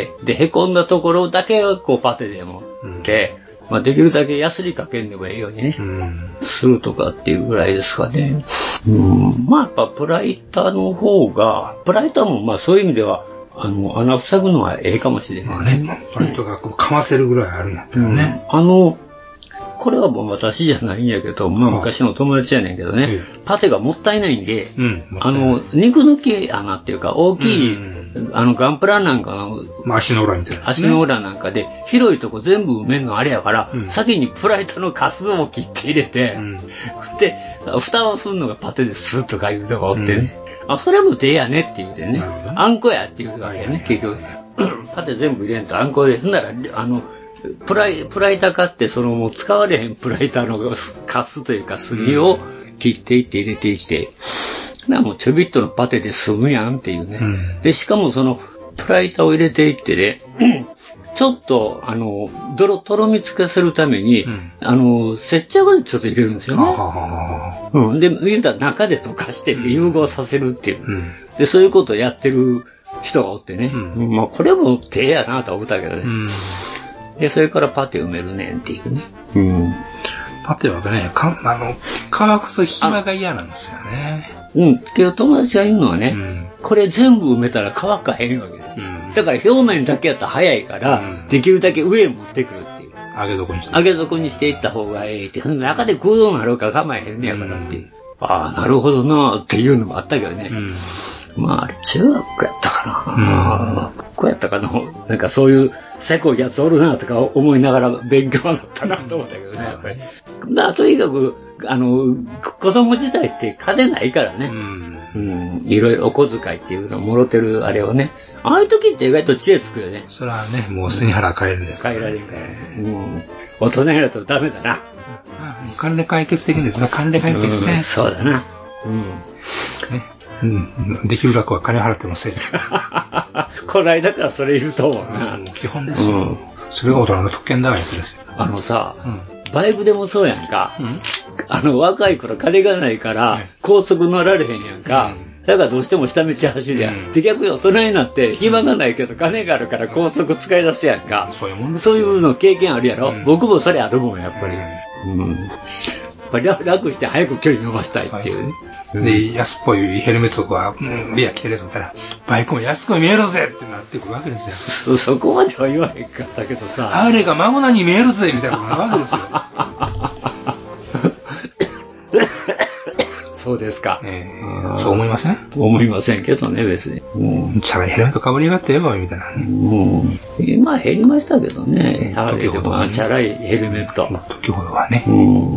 で、凹んだところだけをこうパテでもって、うん、まあ、できるだけヤスリかけんでもいいようにね、うん、するとかっていうぐらいですかね。うん、まあ、やっぱプライターの方が、プライターもまあそういう意味では、あの、穴塞ぐのはええかもしれないね。 プライターがこうかませるぐらいあるんだったらね。 うん、あの、これはもう私じゃないんやけど、まあ昔の友達やねんけどね、パテがもったいないんで、うん、あの、肉抜き穴っていうか大きい、うん、あのガンプラなんかの、 まあ、足の裏みたいな、 ね、足の裏なんかで、広いとこ全部埋めるのあれやから、うん、先にプライトのカスを切って入れて、うん、で、蓋をするのがパテですとかいうとこおってね、うん、あ、それも手やねって言うてね、あんこやっていうわけやね、結局。パテ全部入れんとあんこで、ほんなら、あの、プライ、プライター買って、そのもう使われへんプライターのカスというか杉を切っていって入れていって、うん、なもうちょびっとのパテで済むやんっていうね。うん、で、しかもそのプライターを入れていってね、ちょっと、あの、泥、とろみつかせるために、うん、あの、接着剤ちょっと入れるんですよね。うん、で、言うたら中で溶かして融合させるっていう。うん、で、そういうことをやってる人がおってね。うん、まあ、これも手やなと思ったけどね。うんで、それからパテ埋めるねんっていうね。うん。 パテはね、か、あの、乾かす暇が嫌なんですよね。 うん。けど友達が言うのはね、うん、これ全部埋めたら乾かへんわけですよ。うん、だから表面だけやったら早いから、うん、できるだけ上へ持ってくるっていう。 上げ底にして。 上げ底にしていった方がええって。中で空洞になるか構えへんねやからっていう。 ああ、なるほどなっていうのもあったけどね。まあ、あれ、中学やったかな。高校やったかな。なんかそういう、せこいやつおるなとか思いながら勉強だったなと思ったけどね、やっぱり。まあ、とにかく、あの、子供時代って金ないからね。うん。いろいろお小遣いっていうのをもろてるあれをね。ああいう時って意外と知恵つくよね。 それはね、もう背に腹変えるんですから。変えられるから。うん。大人になるとダメだな。 金で解決できるんですが、金で解決せん。 そうだな。うん。 ね。うん。できる額は金払ってもせん。 こないだからそれいると思うな。 基本ですよ。それが大人の特権だわやつですよ。 あのさ、バイクでもそうやんか。あの、若い頃金がないから、高速乗られへんやんか。だからどうしても下道走るやん。で、逆に大人になって、暇がないけど金があるから高速使い出すやんか。 そういうもんです。 そういうの経験あるやろ。僕もそれあるもん、やっぱり。うん。やっぱり楽して早く距離伸ばしたいっていう。 で、安っぽいヘルメットとか、うん、いや、着てるやつ見たら、バイクも安く見えるぜってなってくるわけですよ。そ、そこまでは言わへんかったけどさ。 あれがマグナに見えるぜみたいなことなるわけですよ。 そうですか。 えー、そう思いません？ 思いませんけどね、別に。 うん、チャラいヘルメットかぶりがってえばみたいな、ね。 うん。今減りましたけどね。 時ほどは、ね。 チャラいヘルメット。 時ほどはね。 うん。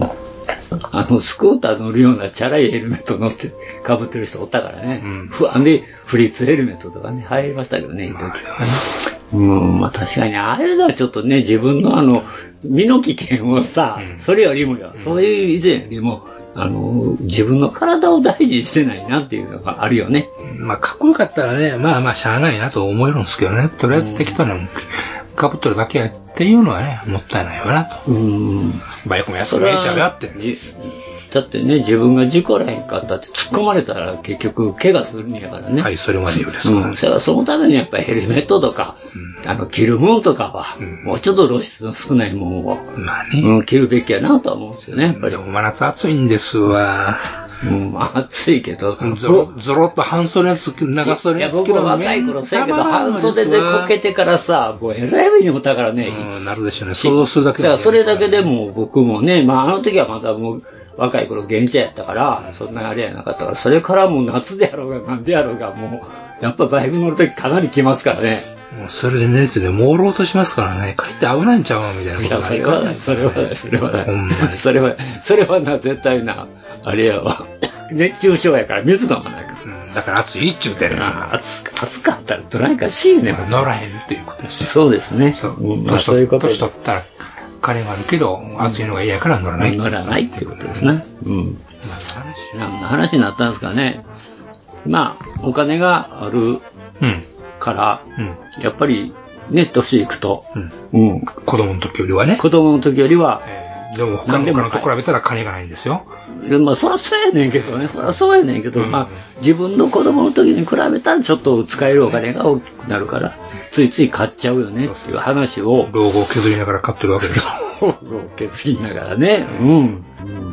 あの、スクーター乗るようなチャラいヘルメット乗って、被ってる人おったからね。うん。不安で、フリッツヘルメットとかね、入りましたけどね、 まあ、 時はね。うん、まあ確かに、あれはちょっとね、自分のあの、身の危険をさ、うん、それよりもよ、うん、そういう以前よりも、あの、自分の体を大事にしてないなっていうのがあるよね。 まあ、かっこよかったらね、まあまあ、しゃあないなと思えるんですけどね。とりあえず適当なもん、かぶっとるだけやっていうのはね、もったいないわなと。うん。バイクも安く見えちゃうよって。 だってね、自分が事故らへんかったって突っ込まれたら結局怪我するんやからね。 はい、それまで言うですか。 うん。そのためにやっぱりヘルメットとか、うん、あの、着るもんとかは、うん、もうちょっと露出の少ないものを、まあね、うん、着るべきやなとは思うんですよね、やっぱり。 でも真夏暑いんですわ。 うん、まあ暑いけど。 ゾロ、ゾロっと半袖つく、長袖つく。いや、 僕は若い頃せやけど、半袖でこけてからさ、もうえらい目にもたからね。 うん、なるでしょうね。想像するだけで。じゃあ、それだけでも僕もね、まああの時はまだもう、若い頃現地やったから、そんなあれやなかったから、それからもう夏でやろうがなんでやろうが、もう、やっぱバイク乗るときかなり来ますからね。 もうそれで熱で朦朧としますからね、かえって危ないんちゃうのみたいなことがありかね。それはない、それはない、それはない。ほんまに。それは、それはな、絶対な、あれやわ。熱中症やから水飲まないから。 うん、だから暑いっちゅうてるん暑暑かったらドライかしいね。 まあ、乗らへんっていうことですよ。 そうですね。 そう。うん、まあ、そういうこと。年取ったら、金があるけど、暑いのが嫌やから乗らない。 乗らないっていうことですね。うん。何の話になったんですかね。まあ、お金があるから、うん、やっぱり、ね、年いくと、 うんうん、子供の時よりはね。 子供の時よりは、 えーでも他の他のと比べたら金がないんですよ。 まあそりゃそうやねんけどね、そりゃそうやねんけど、うん、まあ自分の子供の時に比べたらちょっと使えるお金が大きくなるから、ついつい買っちゃうよねっていう話を。 老後を削りながら買ってるわけですよ。 老後を削りながらね。うん。うん、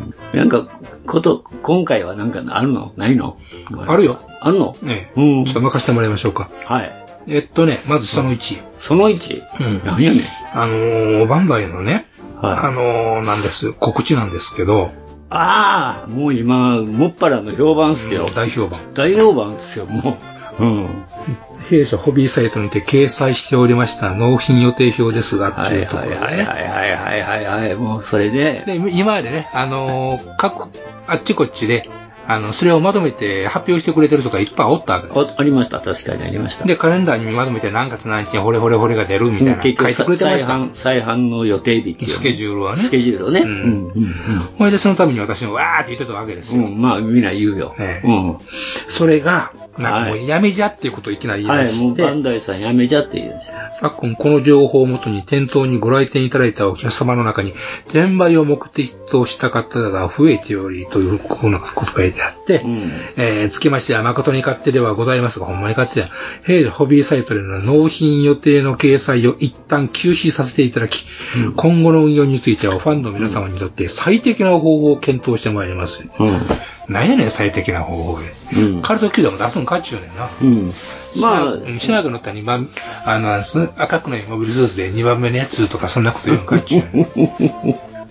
なんか、こと、今回はなんかあるのないのあるよ。 あるのねえ。うん。ちょっと任せてもらいましょうか。 はい。 えっとね、まずそのいち。 そのいち？うん。何やねん。 あのー、バンダイのね、はい、あのー、なんです、告知なんですけど。 ああ、もう今、もっぱらの評判っすよ。 うん、大評判。 大評判っすよ、もう。うん。 弊社ホビーサイトにて掲載しておりました納品予定表ですが、っていうところで、ね。 はいはいはいはいはいはい、もうそれで。 で、今までね、あのー、各、あっちこっちで、あの、それをまとめて発表してくれてる人がいっぱいおったわけです。 ありました、確かにありました。 で、カレンダーにまとめて何月何日にほれほれほれが出るみたいな書いてくれてました。 再販、再販の予定日っていう。 スケジュールはね。 スケジュールをね。うん。うん。うん。 それでそのために私もわーって言ってたわけですよ。 うん、まあみんな言うよ。 ええ。うん。それが、なんかもうやめじゃっていうことをいきなり言いまして。はい、もうバンダイさんやめじゃって言うんですよ。 昨今この情報をもとに店頭にご来店いただいたお客様の中に、転売を目的とした方が増えており、というふうなことが書いてあって、うん、えー、つきましては誠に勝手ではございますが、ほんまに勝手では、弊社ホビーサイトでの納品予定の掲載を一旦休止させていただき、うん、今後の運用についてはファンの皆様にとって最適な方法を検討してまいります。うんなんやねん、最適な方法で。うん。カルト級でも出すんかっちゅうねんな。うん。まあ、シナグ乗ったにばん、あの、赤くないモビルスーツでにばんめのやつとかそんなこと言うんかっちゅうねん。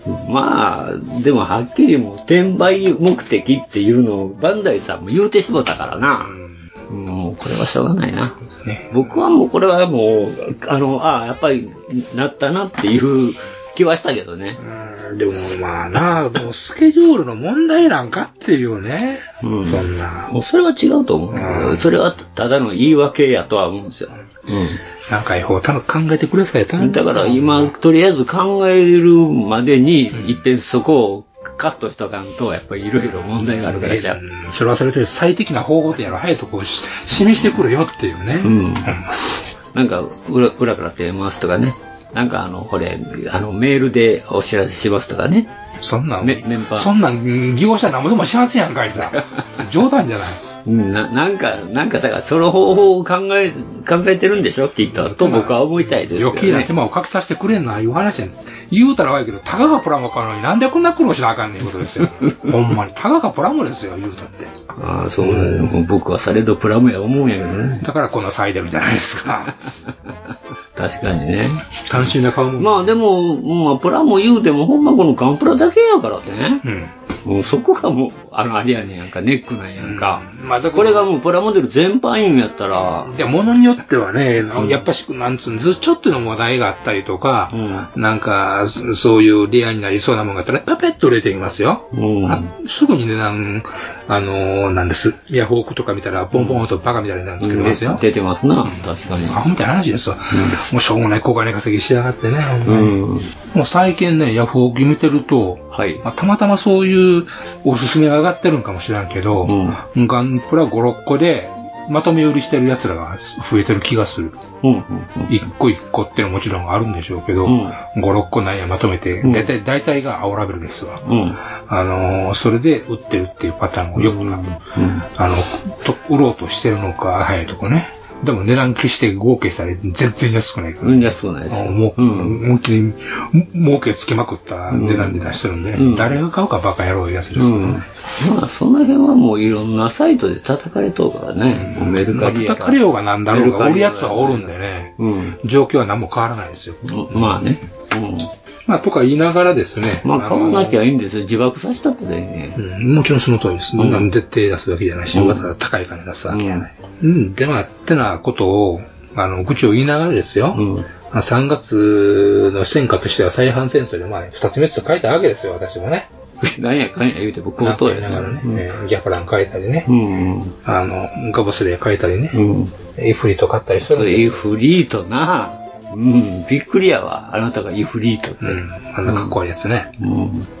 まあ、でもはっきりもう転売目的っていうのをバンダイさんも言うてしもたからな。うん、もうこれはしょうがないな。ね、僕はもうこれはもう、あの、ああ、やっぱりなったなっていう気はしたけどね。 うん、でもまあな、でもスケジュールの問題なんかっていうね。うん、そんな。 もうそれは違うと思う、うん。それはただの言い訳やとは思うんですよ。うん。 なんかほう考えてください。 だから今、とりあえず考えるまでに、いっぺんそこをカットしとかんと、やっぱりいろいろ問題があるからじゃん。 それはそれで最適な方法でやる早いとこ示してくるよっていうね。うん。 なんか裏、裏から出ますとかね。なんかあの、これ、あの、メールでお知らせしますとかね。 そんなん、 メメンバー。 そんなん、業者なんもでもしませんやんかいさ。冗談じゃない。 な、なんか、なんかさ、その方法を考え、考えてるんでしょきっと、と僕は思いたいですけどね。 余計な手間をかけさせてくれんな、いう話やん。言うたら悪いけど、たかがプラモ買うのになんでこんな苦労しなあかんねんことですよ。ほんまに。たかがプラモですよ、言うたって。 ああ、そうだよ、ね。僕はされどプラモや思うんやけどね。 だからこんな騒いでるんじゃないですか。 確かにね。 単純な顔も。 まあでも、まあ、プラモ言うても、ほんまこのガンプラだけやからね。うん。もうそこがもう、あの、あれやねんやんか、ネックなんやんか。うん、まあ、これがもうプラモデル全般言うんやったら。 いや、ものによってはね、やっぱし、なんつうの、ずちょっとの話題があったりとか、うん、なんか、そういうレアになりそうなものがあったら、パペッと売れてきますよ。うん、あすぐに値段、あのー、なんです。ヤフオクとか見たら、ボンボンとバカみたいな値段つけてますよ。 うん、出てますな、確かに。 アホみたいな話ですわ。うん、もうしょうもない小金稼ぎしやがってね、うん、もう最近ね、ヤフオク見てると、はいまあ、たまたまそういうおすすめが上がってるんかもしれんけど、うん、ガンプラご、ろっこでまとめ売りしてる奴らが増えてる気がする。うんうんうん、いっこいっこってのはもちろんあるんでしょうけど、うん、ご、ろっこなんやまとめて、だいたい、大体が青ラベルですわ。うん、あのー、それで売ってるっていうパターンをよく、うんうん、あの、と、売ろうとしてるのか、早いとこね。でも値段消して合計したら全然安くないから、 ね。安くないです。 もう、うん、思いっきり儲けつけまくった値段で出してるんで、うん、誰が買うかバカ野郎いうやつですよね。うんまあ、その辺はもういろんなサイトで叩かれとうからね。うん、メルカリや叩かれようがなんだろうが、売るやつはおるんでね。うん、状況は何も変わらないですよ。 うん、まあね。うんまあ、とか言いながらですね。 まあ、買わなきゃいいんですよ。自爆させたってね。 うん、もちろんその通りです。うん、なんで手出すわけじゃないし、また高い金出すわけじゃない。うん、で、まあ、ってなことを、あの、愚痴を言いながらですよ。うん、さんがつの戦果としては再販戦争で、まあ、二つ目と書いたわけですよ、私もね。 なんやかんや言うて僕もとやながらね、うんえー、ギャフラン書いたりね、うんうん、あの、ガボスレー書いたりね、うん、イフリート買ったりするんですよ。 イフリートなうん、びっくりやわ。あなたがイフリートって。うん、 あんなかっこいいですね。うん、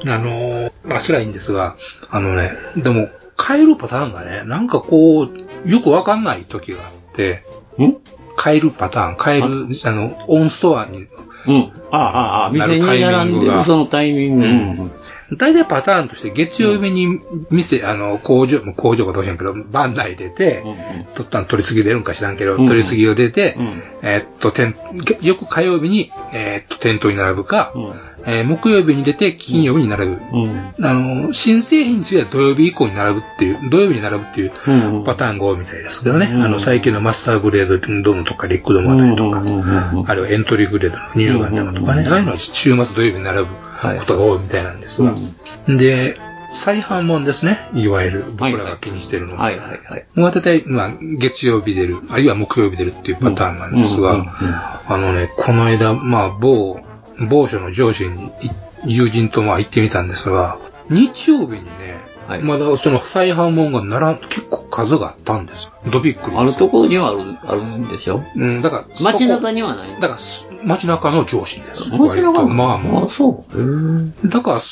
あのー、まあ、それはいいんですが、あのね、でも、変えるパターンがね、なんかこう、よくわかんない時があって、ん変えるパターン、変える、あの、オンストアに、 うん。ああ、ああ、店に並んでるそのタイミング。うん。 大体パターンとして月曜日に店、あの、工場、工場かどうしようけど、バンダイ出て、うんうん、とったん取り次ぎ出るんか知らんけど、うんうん、取り次ぎを出て、うん、えー、っと、店、よく火曜日に、えー、っと、店頭に並ぶか、うんえー、木曜日に出て金曜日に並ぶ。うん、あの、新製品については土曜日以降に並ぶっていう、土曜日に並ぶっていうパターンが多いみたいですけどね。うん、あの、最近のマスターグレードドムとかリックドムあたりとか、うん、あるいはエントリーグレードのニューガンダムとかね、ああいうのは週末土曜日に並ぶことが多いみたいなんですが。うん、で、再販もんですね。いわゆる僕らが気にしてるのは。はいはいはい。大体、まあ、月曜日出る、あるいは木曜日出るっていうパターンなんですが、あのね、この間、まあ、某、某所の上司に友人とまあ行ってみたんですが、日曜日にね、はい、まだその再販もんがならん、結構数があったんです。どびっくりです。 あるところにはある、あるんでしょうん、だから、 街中にはないだから、街中の上司です。 街中のまあまあ。 あ、そう。 だから、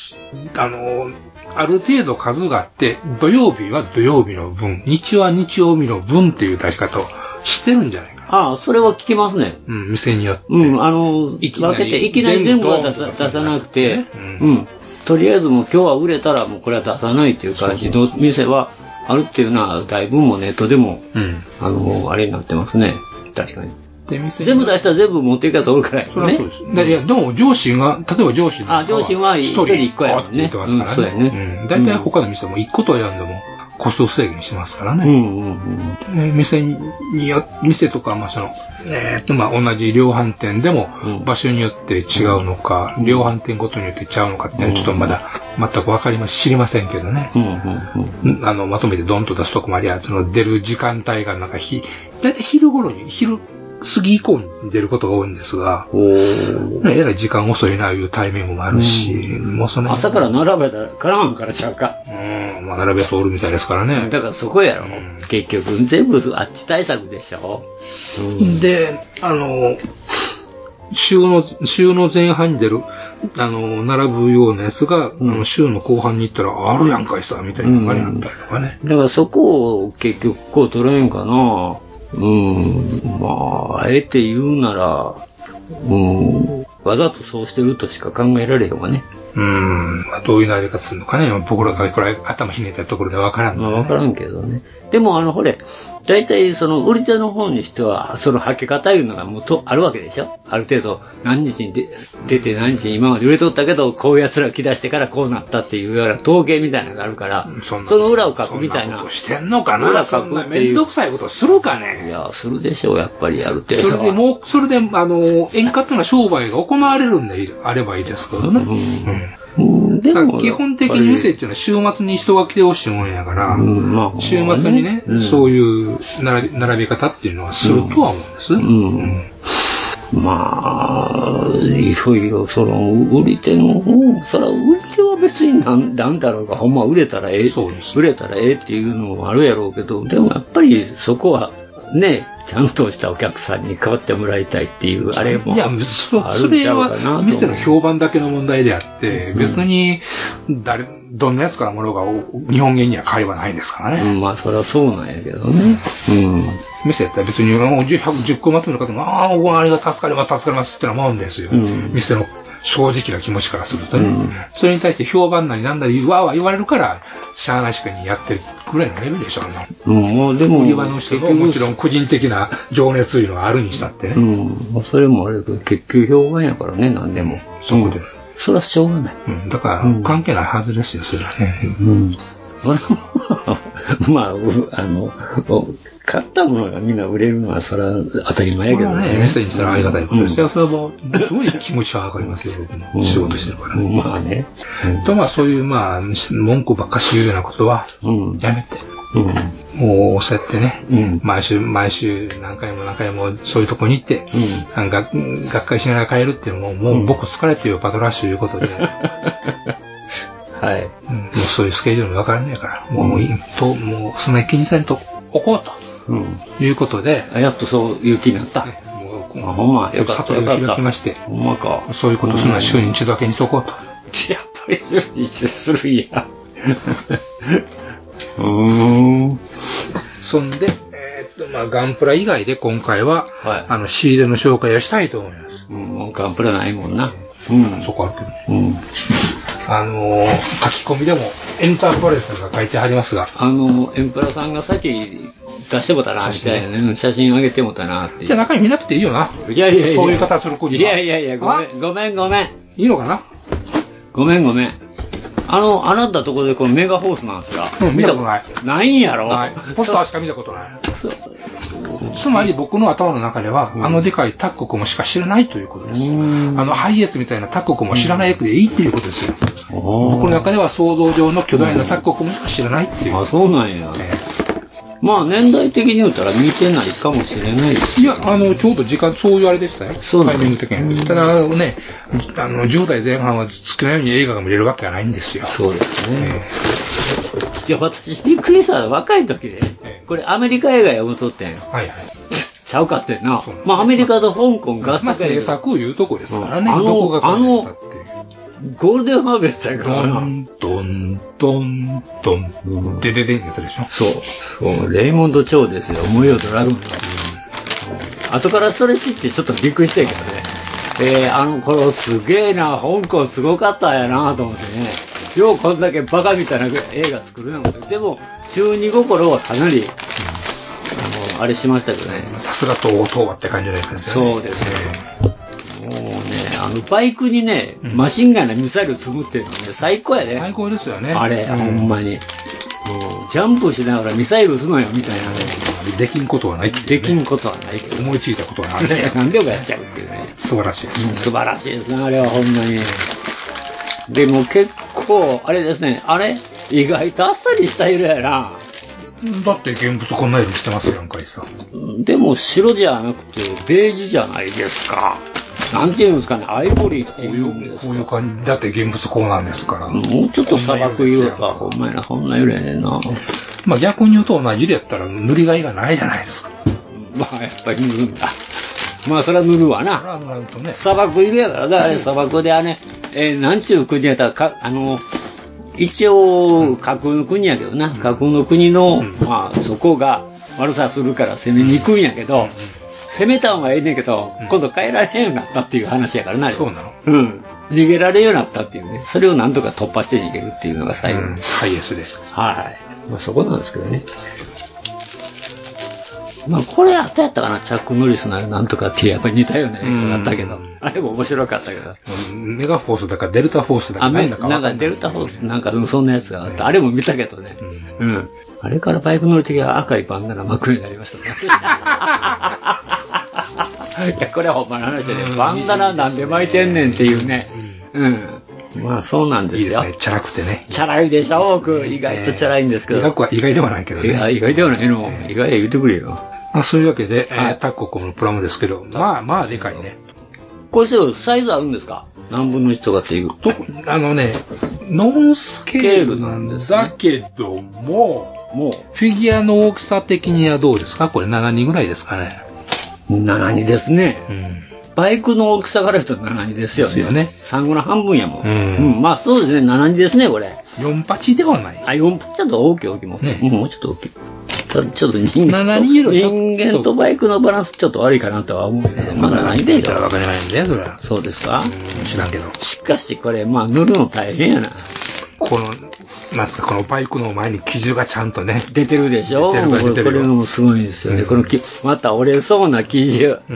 あの、ある程度数があって、土曜日は土曜日の分、日は日曜日の分っていう出し方をしてるんじゃないかな。 ああ、それは聞きますね。 うん、店によって。 うん、あの、分けて、いきなり全部は出さ出さなくて、ね、うん、うん。とりあえずもう今日は売れたらもうこれは出さないっていう感じの店はあるっていうのは、だいぶもネットでも、うん、あの、あれになってますね。確かに。で店全部出したら全部持っていくやつおるからね。 それはそうです。でいや、でも上司が、例えば上司あ、上司は一人一個やもんね。 って言ってますからね。うん、そうやね。うん。大体他の店も一個とやんでも、 個数制限しますからね。うんうんうん、店によ、店とか、まあその、えー、っと、まあ同じ量販店でも、場所によって違うのか、うん、量販店ごとによって違うのかっていうのはちょっとまだ全くわかります、知りませんけどね。うんうんうん、あの、まとめてドンと出すとこもありゃ、その出る時間帯がなんかひ、だいたい昼頃に、昼、過ぎ以降に出ることが多いんですが、えらい時間遅いないうタイミングもあるし、うん、もうその朝から並べたらからんからちゃうか。 うん、まあ並べやつおるみたいですからね。 だからそこやろ。うん、結局全部あっち対策でしょ。 うん、で、あの、週の、週の前半に出る、あの、並ぶようなやつが、うん、あの週の後半に行ったら、あるやんかいさ、みたいなのがあったりとかね。 だからそこを結局こう取れんかな。うん、まあ、あえて言うなら、うん、わざとそうしてるとしか考えられへんわね。 うん、まあ、どういうなり方するのかね。僕らがこれ頭ひねったところでわからんの、 ね。まあ、わからんけどね。でも、あの、ほれ、大体、その、売り手の方にしては、その、履け方いうのがもうと、あるわけでしょ。ある程度、何日にで出て何日に今まで売れとったけど、こういう奴ら来だしてからこうなったっていうような統計みたいなのがあるから、そ, その裏を書くみたいな。 そんなことしてんのかな。裏書くっていう。めんどくさいことするかね。 いや、するでしょう、やっぱりある程度。 それでもう、それで、あの、円滑な商売が行われるんであればいいですけどね。うんうんうん、でも基本的に店っていうのは週末に人が来てほしいもんやから、うんまあ、週末にね、うん、そういう並び、並び方っていうのはするとは思うんです。うんうんうん、まあ、いろいろ、その、売り手の方、それは売り手は別になん、なんだろうか、ほんま売れたらええ、売れたらええっていうのもあるやろうけど、でもやっぱりそこは、ね、ちゃんとしたお客さんに変わってもらいたいっていう、あれもあるんちゃうかな。いや、 それは店の評判だけの問題であって、うん、別に、誰、どんなやつからもろうが日本元には変わりはないんですからね。 うん、まあ、それはそうなんやけどね。うん。 店やったら別に、じゅっこまとめる方も、ああ、あれが助かります、助かりますってのは思うんですよ。うん、店の正直な気持ちからするとね。うん、それに対して評判なりなんだり、わーわー言われるから、しゃーなしかにやってるぐらいのレベルでしょうね。 うん、もうでも、 売り場の人ももちろん個人的な情熱いうのはあるにしたってね。 うん、それもあれだけど、結局評判やからね、なんでも。 そこで。 それはしょうがない。 うん、だから、関係ないはずですよ、それはね。うん。 まあ、あの、買ったものがみんな売れるのは、それは当たり前やけどね。 ね、店にしたらありがたいことですよ。それはもう、すごい気持ちはわかりますよ、僕も。仕事してるからね。 まあね。 と、まあ、そういう、まあ、文句ばっかし言うようなことは、やめて。もう、そうやってね、毎週、毎週、何回も何回も、そういうとこに行って、ががっかりしながら帰るっていうのも、もう僕疲れてるよ、パトラッシュいうことで。 はい。 うん、もうそういうスケジュールもわからないから、もういい、と、もうそんなに気にせんとおこうと、うん、いうことで、 やっとそういう気になった。ね、もう、ほんま、よかった。 悟りが開きまして、 ほんまか。 そういうことするのは週に一度だけにしとこうと。 やっぱり週に一度するんや。うーん。 そんで、えー、っと、まあ、ガンプラ以外で今回は、はい、あの、仕入れの紹介をしたいと思います。 うん、ガンプラないもんな。 うん、そこあるけどね。うん。あのー、書き込みでもエンタープライズが書いてありますが。 あのー、エンプラさんがさっき出してもたな、みたいなね。写真あげてもたなって。 じゃあ中身見なくていいよな。 いやいやいや。 そういう方する子には。 いやいやいや、ごめん、ごめん、ごめん。 いいのかな？ ごめん、ごめん。あの、あなたところでこのメガホースなんですか？ うん、見たことない。 ないんやろ？ ない。ポスターしか見たことない。つまり僕の頭の中では、うん、あのでかいタッココもしか知らないということです。あのハイエースみたいなタッココも知らない役でいいっていうことですよ。うん、僕の中では想像上の巨大なタッココもしか知らないっていう。 あ、そうなんや。えーまあ年代的に言ったら見てないかもしれないです。 いや、あの、ちょうど時間、そういうあれでしたよ。そうタイミング的に。ただね、あの、じゅう代前半は少ないように映画が見れるわけがないんですよ。 そうですね。えー、いや、私、びっくりした。若い時で、えー、これアメリカ映画読むとってん。はいはい。ちゃうかってんな。まあアメリカと香港合作。 まあ制作を言うとこですからね。 あの、 どこがあの、ゴールデンハーベストやからな。 ドン、ドン、ドン、ドン、でででんやつでしょ。 そう。そう。レイモンド・チョウですよ。思いよドラゴンの。後からそれ知ってちょっとびっくりしたけどね。えー、あの頃すげえな、香港すごかったんやなと思ってね。ようこんだけバカみたいな映画作るなんて。でも、中二心はかなり、あの、あれしましたけどね。 さすがと東和って感じのやつですよね。 そうですね。もうね、あの、バイクにね、うん、マシンガンのミサイル積むっていうのはね、最高やね。 最高ですよね。 あれ、うん、ほんまに。 ジャンプしながらミサイル撃つのよみたいなね。 できんことはないっていう、ね。 できんことはないけど。 思いついたことはない。 何でもやっちゃうっていうね。 素晴らしいですね。 素晴らしいですね、あれはほんまに。でも結構、あれですね、あれ意外とあっさりした色やな。 だって現物こんな色してますやんかいさ。 でも白じゃなくてベージュじゃないですか。なんていうんですかね、アイボリーっていうんですか。 こういう感じ。だって現物こうなんですから。 もうちょっと砂漠色か、ほんまやな、こんな色やねんな。 まあ逆に言うと同じ色やったら塗りがいがないじゃないですか。 まあやっぱり塗るんだ。まあそれは塗るわな。 ね、 砂漠色やからだ、あれ砂漠であね、えー、なんちゅう国やったらか、あの、一応架空の国やけどな、架空の国の、うん、まあそこが悪さするから攻めに行くんやけど、うん、攻めたんはええねんけど、うん、今度帰られへんようになったっていう話やからな。 そうなの？ うん。逃げられるようになったっていうね。それをなんとか突破して逃げるっていうのが最後。うん、 ハイエースで。 はい。まあそこなんですけどね。まあこれ後やったかな、チャック・ノリスのなんとかってやっぱり似たような映画だったけど、あれも面白かったけど。 メガフォースだかデルタフォースだかなんだかなんかデルタフォースなんかそんなやつがあった。あれも見たけどね。うん。うん、あれからバイク乗るときは赤いバンダナ真っ黒になりましたね。いや、これはほんまの話でね、バンダナなんで巻いてんねんっていうね。うん。まあそうなんですよ。 いいですね。チャラくてね。 チャラいでしょ、多く。意外とチャラいんですけど。 意外は意外ではないけどね。 意外ではないの。意外で言ってくれよ。 まあそういうわけで、えー、タッココのプラモですけど、まあまあでかいね。 これサイズあるんですか？何分のいちとかっていうと。 あのね、ノンスケールなんです、ね、だけども、もう、フィギュアの大きさ的にはどうですか？これななにぐらいですかね。 ななにですね。うん。バイクの大きさから言うとななにですよね。ですよね。さんごの半分やもん。うん。うん、まあそうですね、ななにですね、これ。 よんはちではない。 あ、よんはちだと大きい大きいもん。ね。うん、もうちょっと大きい。ちょっと人間と人間とバイクのバランスちょっと悪いかなとは思うけど、まだないでしょ。 わかりませんね、それは。 そうですか？ うん、知らんけど。 しかしこれ、まあ塗るの大変やな。 この、なんすか、このバイクの前に生地がちゃんとね。 出てるでしょ？出てる出てる。これのもすごいんですよね。うん、このき、また折れそうな生地。うん。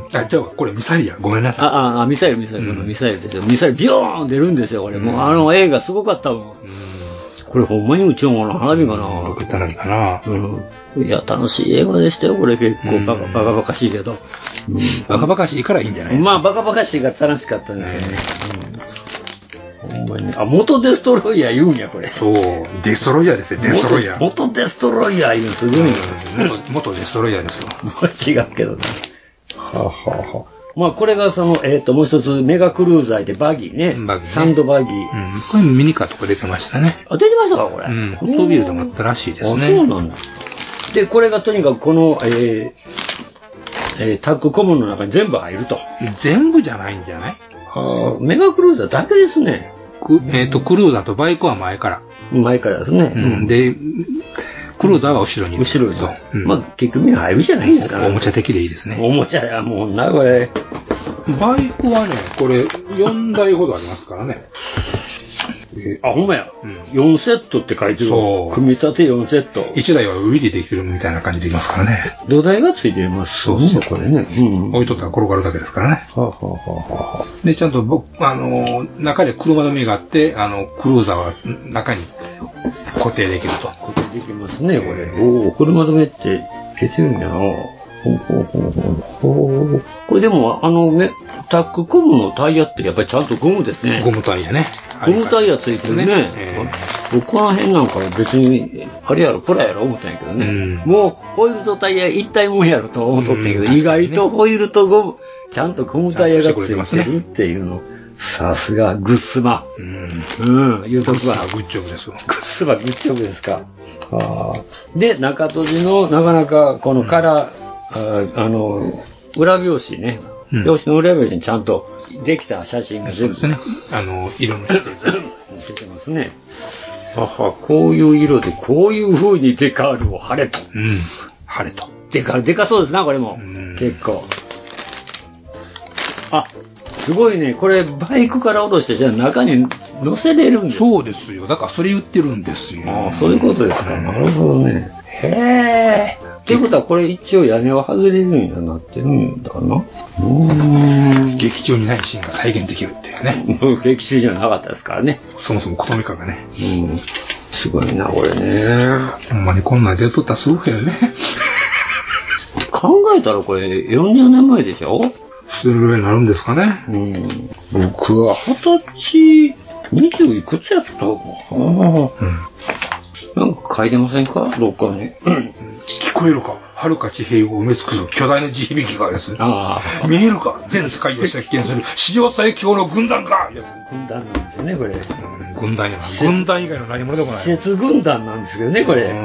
あ、じゃあ、これミサイルや。ごめんなさい。 あ、あ、ミサイル、ミサイル、うん、ミサイルですよ。ミサイルビョーン出るんですよ、これ。うん、もうあの映画すごかったもん。うん、これほんまに宇宙の花火かな？ ロケット花火かな？ うん。いや、楽しい映画でしたよ、これ結構バカ、バカバカしいけど。 うん、バカバカしいからいいんじゃないですか。まあ、バカバカしいが楽しかったんですよね。うん、ほんまに。あ、元デストロイヤー言うんや、これ。 そう。デストロイヤーですよ、デストロイヤー。 元デストロイヤー言うのすごいな。 元、元デストロイヤーですよ。 違うけどね。はあ、はあはあ、まあ、これがその、えっ、ー、と、もう一つ、メガクルーザーでバギーね。バギー、ね。サンドバギー。うん。 これミニカーとか出てましたね。 あ、出てましたか、これ。 うん。ホットビールでもあったらしいですね。 あ、そうなんだ。で、これがとにかくこの、えーえー、タッグコムの中に全部入ると。 全部じゃないんじゃない？ あメガクルーザーだけですね。 くえっ、ー、と、クルーザーとバイクは前から。 前からですね。 うん。で、クルーザーは後ろに。 後ろに。うん、まあ、結局みんな入るじゃないですか、ね。 おもちゃ的でいいですね。 おもちゃや、もうな、これ。 バイクはね、これ、よんだいほどありますからね。 えー、あ、ほんまや、うん。よんセットって書いてる。そう。組み立てよんセット。 いちだいはウィリーできてるみたいな感じできますからね。 土台がついています、 そうそう。 これね。 うん。置いとったら転がるだけですからね。はあ、はあはあ、で、ちゃんと僕、あのー、中で車止めがあって、あの、クルーザーは中に固定できると。 固定できますね、これ。おお、車止めって出てるんやな。ほうほうほうほうほう。これでも、あの、ね、タックコムのタイヤってやっぱりちゃんとゴムですね。 ゴムタイヤね。 ゴムタイヤついてるね。ねえー、僕この辺なんか別に、あれやろ、これやろ思ったんやけどね。うん、もう、ホイールとタイヤ一体もんやろと思っとったけど、うん、意外とホイールとゴム、ちゃんとゴムタイヤがついてるっていうの。さすが、グッスマ。うん。うん、言うとくわ。 グッジョブですよ。 グッスマ、グッジョブですか。はあ、で、中閉じの、なかなか、このカラー、あ, あの、裏表紙ね。うん、表紙の裏表紙にちゃんとできた写真が全部。 そうですね。あの、色の出てますね。はは、こういう色で、こういう風にデカールを貼れと。 うん。貼れと。 デカール、デカそうですな、これも。うん、結構。あ、すごいね。これ、バイクから落として、じゃあ中に乗せれるんですか？ そうですよ。だからそれ言ってるんですよ。 ああ、そういうことですか。なるほどね。へー。っていうことは、これ一応屋根は外れるようになってるんだかな？うーん。劇中にないシーンが再現できるっていうね。 劇中にはなかったですからね。 そもそも琴美香がね。 すごいな、これね。 ほんまにこんなん出とったらすごいよね。 考えたらこれよんじゅうねんまえでしょ？ それぐらいになるんですかね。 うん。僕は二十歳、にじゅういくつやったかな、うん、なんか書いてませんかどっかに。 聞こえるか遥か地平を埋め尽くす巨大な地響きがです。 ああ。 見えるか全世界を席巻する史上最強の軍団がやつ。 軍団なんですよね、これ。うん、 軍団やな。軍団以外の何者でもない。 施設軍団なんですけどね、これ。 うん。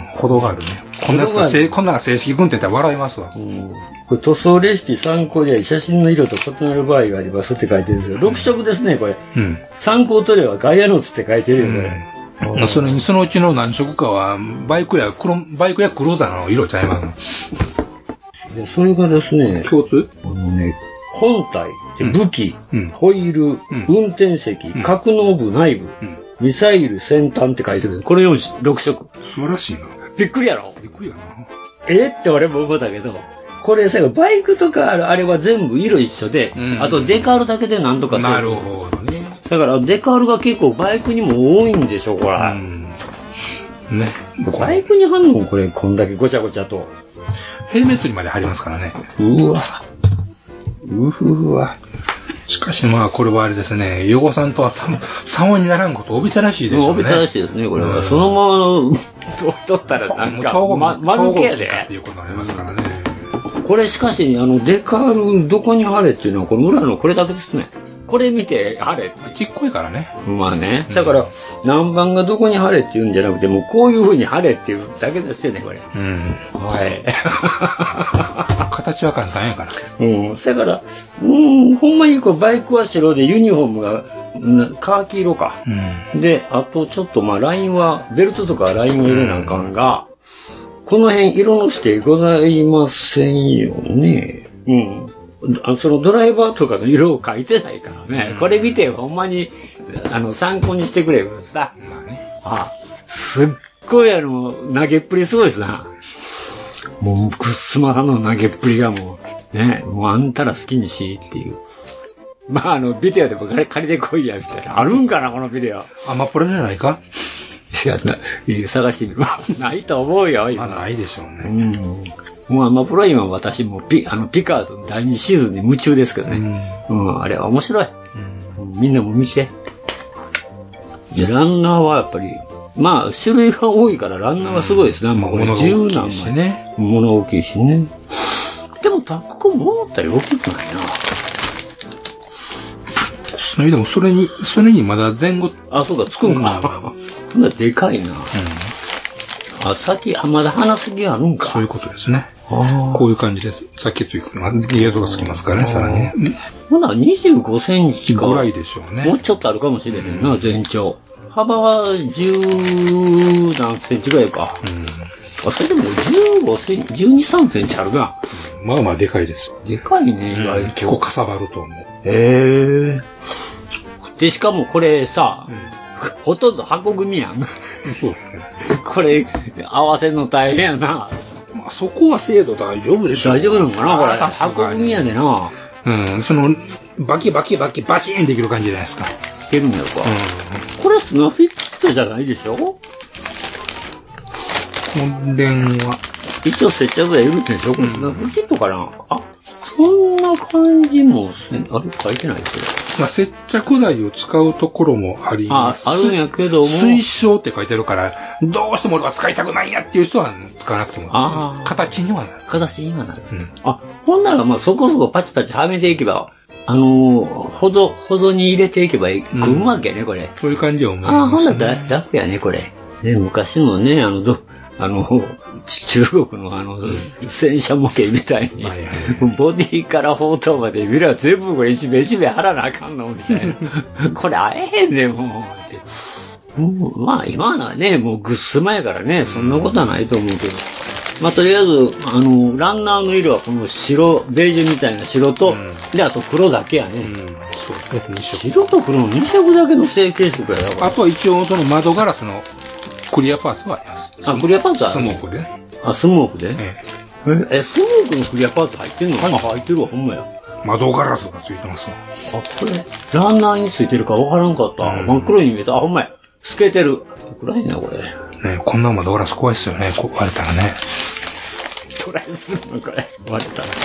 ほどがあるね。こんなやつが正、こんなが正式軍って言ったら笑いますわ。うん。 これ塗装レシピ参考では写真の色と異なる場合がありますって書いてるんですよ。ろく色ですね、これ。うん。参考塗料はガイアノーツって書いてるよ、これ。 うん、それにそのうちの何色かはバイクや黒バイクやクルーザーの色ちゃいますの。それがですね、 共通？ あのね、本体、武器、うん、ホイール、うん、運転席、うん、格納部内部、うん、ミサイル先端って書いてる。これよん、ろく色。 素晴らしいな。 びっくりやろ？ びっくりやな。 えって俺も思ったけど、これさ、バイクとかあるあれは全部色一緒で、うん、あとデカールだけでなんとかする。 なるほどね。 だからデカールが結構バイクにも多いんでしょ、これ。うん、ね。バイクに貼るのこれ、こんだけごちゃごちゃと。 ヘルメットにまで貼りますからね。 うわ。うふわ。 しかしまあ、これはあれですね、横さんとは様にならんことを帯びたらしいですよね。 帯びたらしいですね、これは。うん、そのままの、そう取ったらなんか、ま、丸けやで。 っていうことになりますからね。 これしかし、あの、デカールどこに貼れっていうのは、この裏のこれだけですね。これ見て貼れって。 ちっこいからね。 まあね。だから、何番がどこに貼れって言うんじゃなくて、もうこういう風に貼れっていうだけですよね、これ。うん。はい。 形は簡単やから。 うん。だから、うん、ほんまにこうバイクは白でユニフォームがカーキ色か。うん。で、あとちょっとまあラインは、ベルトとかラインを入れなあかんが、うん、この辺色の指定ございませんよね。うん。そのドライバーとかの色を描いてないからね。うん、これ見てほんまに、あの、参考にしてくれるさ。まあね。あ、すっごいあの、投げっぷりすごいですな。もう、クスマさんの投げっぷりがもう、ね、もうあんたら好きにしっていう。まああの、ビデオでも借りてこいや、みたいな。あるんかな、このビデオ。 アマプラじゃないか？ いや、な、探してみる。ないと思うよ、今。 まあ、ないでしょうね。 うん。もうアマプラ今私もピ、あの、ピカードのだいにシーズンに夢中ですけどね。うん。うん、あれは面白い。うん。みんなも見て。で、ランナーはやっぱり、まあ、種類が多いからランナーはすごいですね。うん、まあ、 物が大きいしね。 物大きいしね。でも、タックも思ったより大きくないな。 それでも、それに、それにまだ前後。 あ、そうか、つくんか。そんなでかいな。うん。あ、先、あ、まだ鼻すぎあるんか。 そういうことですね。こういう感じです。さっきついてる。ゲートがつきますからね、さらに。 まだにじゅうごセンチか。 ぐらいでしょうね。 もうちょっとあるかもしれないな、全長。幅はじゅう何センチぐらいか。うん。あ、それでもじゅうごセンチ、じゅうに、さんセンチあるな。 うん、まあまあでかいです。 でかいね、意外と。 結構かさばると思う。 へー。で、しかもこれさ、うん、ほとんど箱組みやん。 そうですね。 これ、合わせるの大変やな。 まあ、そこは精度大丈夫でしょ。 大丈夫なのかなこれ。箱組みやでな。 うん、その、バキバキバキバチーンできる感じじゃないですか。いけるんやろか。うん。これスナフィットじゃないでしょ？これは。 一応接着剤いるんでしょ？これスナフィットかな、あ、そんな感じも、あれ書いてないですよ。 まあ、接着剤を使うところもあります。 あ、あるんやけども。 推奨って書いてあるから、どうしても俺は使いたくないんやっていう人は使わなくても。 ああ。 形にはなる。 形にはなる。うん、あ、ほんならまあそこそこパチパチはめていけば、あのー、保存、保存に入れていけばいくむわけね、これ。 そういう感じは思いますね。 ああ、ほんなら楽やね、これ。ね、昔のね、あの、ど、あの、中国のあの、戦車模型みたいに、はいはい、ボディから砲塔まで見れば全部これ一名一名貼らなあかんのみたいな。これ会えへんねん、もう。ってもうまあ今はね、もうぐっすまやからね、そんなことはないと思うけど。まあとりあえず、あの、ランナーの色はこの白、ベージュみたいな白と、うん、で、あと黒だけやね。うん、そうね、白と黒のに色だけの成型色やだから。あとは一応その窓ガラスのクリアパーツはあります。 あ、クリアパーツはスモークでね。 あ、スモークで、ええ、え、スモークのクリアパーツ入ってんの？はい、あ、入ってるわ、ほんまや。 窓ガラスがついてますわ。 あ、これ、ランナーについてるかわからんかった。うん、真っ黒に見えた。あ、ほんまや。透けてる。 暗いな、これ。 ね、こんな窓ガラス怖いっすよね、こ割れたらね。 トライするのこれ、割れたら。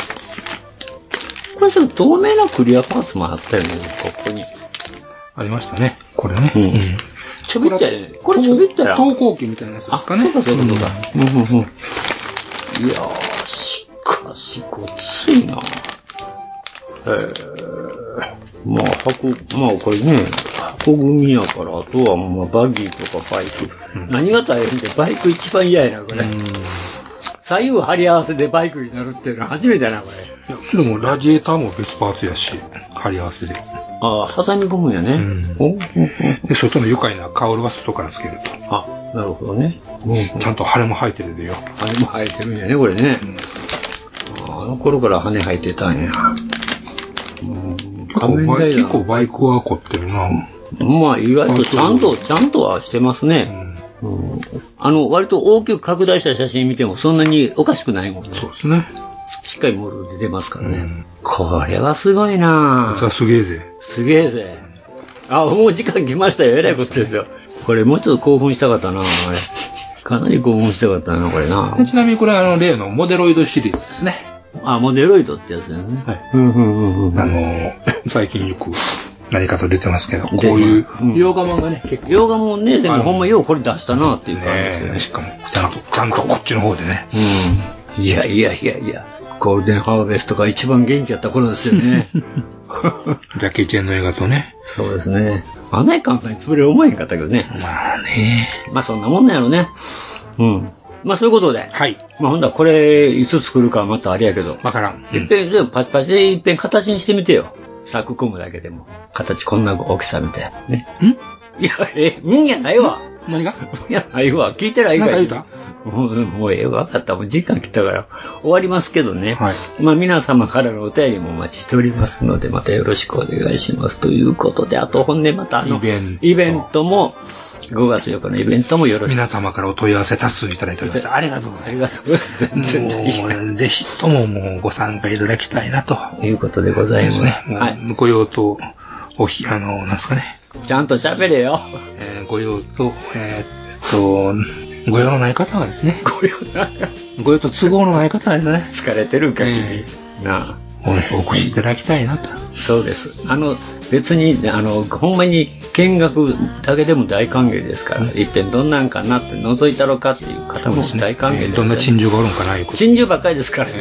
これちょっと透明なクリアパーツもあったよね、ここに。 ありましたね、これね。 うん。ちょびったよね。これちょびったよ。 投光器みたいなやつですかね。 そうだそうだそうだ。うんうんうん。いやー、しかし、ごついな。えー、まあ、箱、まあこれね、箱組みやから、あとはまあバギーとかバイク。うん、何が大変で、バイク一番嫌やな、これ。うん、左右張り合わせでバイクになるっていうのは初めてやな、これ。 いや、それもラジエーターも別パーツやし、張り合わせで。 ああ、挟み込むんやね。うん、おで、外の愉快なカウルは外からつけると。 あ、なるほどね。 ちゃんと羽も生えてるでよ。 羽も生えてるんやね、これね。うん、あの頃から羽生えてたんや。 うん、結構バイ、結構バイクは凝ってるな。 まあ、意外とちゃんと、ちゃんとはしてますね。うんうん、あの、割と大きく拡大した写真見てもそんなにおかしくないもんね。 そうですね。 しっかりモール出てますからね。うん、これはすごいなぁ。 すげえぜ。 すげえぜ。あ、もう時間来ましたよ。えらいことですよ。これもうちょっと興奮したかったなぁ、これ。かなり興奮したかったな、これな。 ちなみにこれあの、例のモデロイドシリーズですね。 あ、モデロイドってやつだよね。はい。 うんうんうんうん。あの、最近よく何かと出てますけど、こういう、洋画もんがね、 結構。洋画もんね、でもほんまようこれ出したなっていう感じですね。しかも、ちゃんと、ちゃんとこっちの方でね。 うん。いやいやいやいや、ゴールデンハーベストが一番元気やった頃ですよね。 ジャッキー・チェンの映画とね。 そうですね。あんなに簡単に潰れる思えへんかったけどね。 まあね。 まあそんなもんなんやろね。うん。まあそういうことで。 はい。 まあほんだらこれ、いつ作るかはまたあれやけど。 わからん。 いっぺん、でもパチパチでいっぺん形にしてみてよ。作込むだけでも。形こんな大きさみたいな。ね。んいや、え、んやないわ。 何がいや、ないわ。聞いてないから。何か言うたもう、もうええわ。分かった。もう時間来たから。終わりますけどね。 はい。 まあ皆様からのお便りもお待ちしておりますので、またよろしくお願いします。ということで、あと本音またあの、 イベント。 イベントも、ごがつよっかのイベントもよろしく。 皆様からお問い合わせ多数いただいております。ありがとうございます。 ありがとうございます。 もう、ぜひとももうご参加いただきたいなと。 いうことでございます。 ね。はい。ご用と、おひ、あの、なんすかね。 ちゃんと喋れよ。 えー、ご用と、えー、っと、ご用のない方はですね。 ご用ないご用と都合のない方はですね。 疲れてるか、君。なあ。 お越しいただきたいなと。 そうです。あの、別に、あの、ほんまに見学だけでも大歓迎ですから、うん、いっぺんどんなんかなって覗いたろかっていう方も大歓迎です、ね。 どんな珍獣がおるんかな、いうこと。 珍獣ばっかりですからね。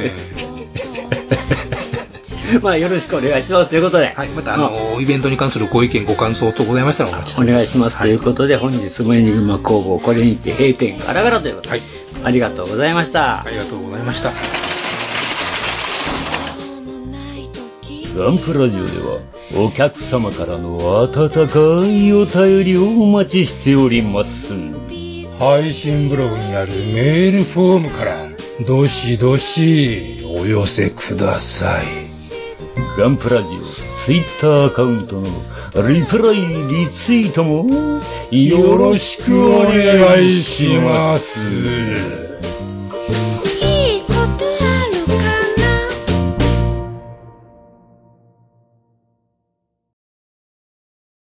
えー、まあ、よろしくお願いしますということで。 はい。また、あの、イベントに関するご意見、ご感想とございましたらお待ちしております。 お願いします。はい、ということで、本日もエニグマ工房、これにて閉店ガラガラということで。はい。ありがとうございました。 ありがとうございました。 ガンプラジオではお客様からの温かいお便りをお待ちしております。 配信ブログにあるメールフォームからどしどしお寄せください。 ガンプラジオツイッターアカウントのリプライリツイートもよろしくお願いします。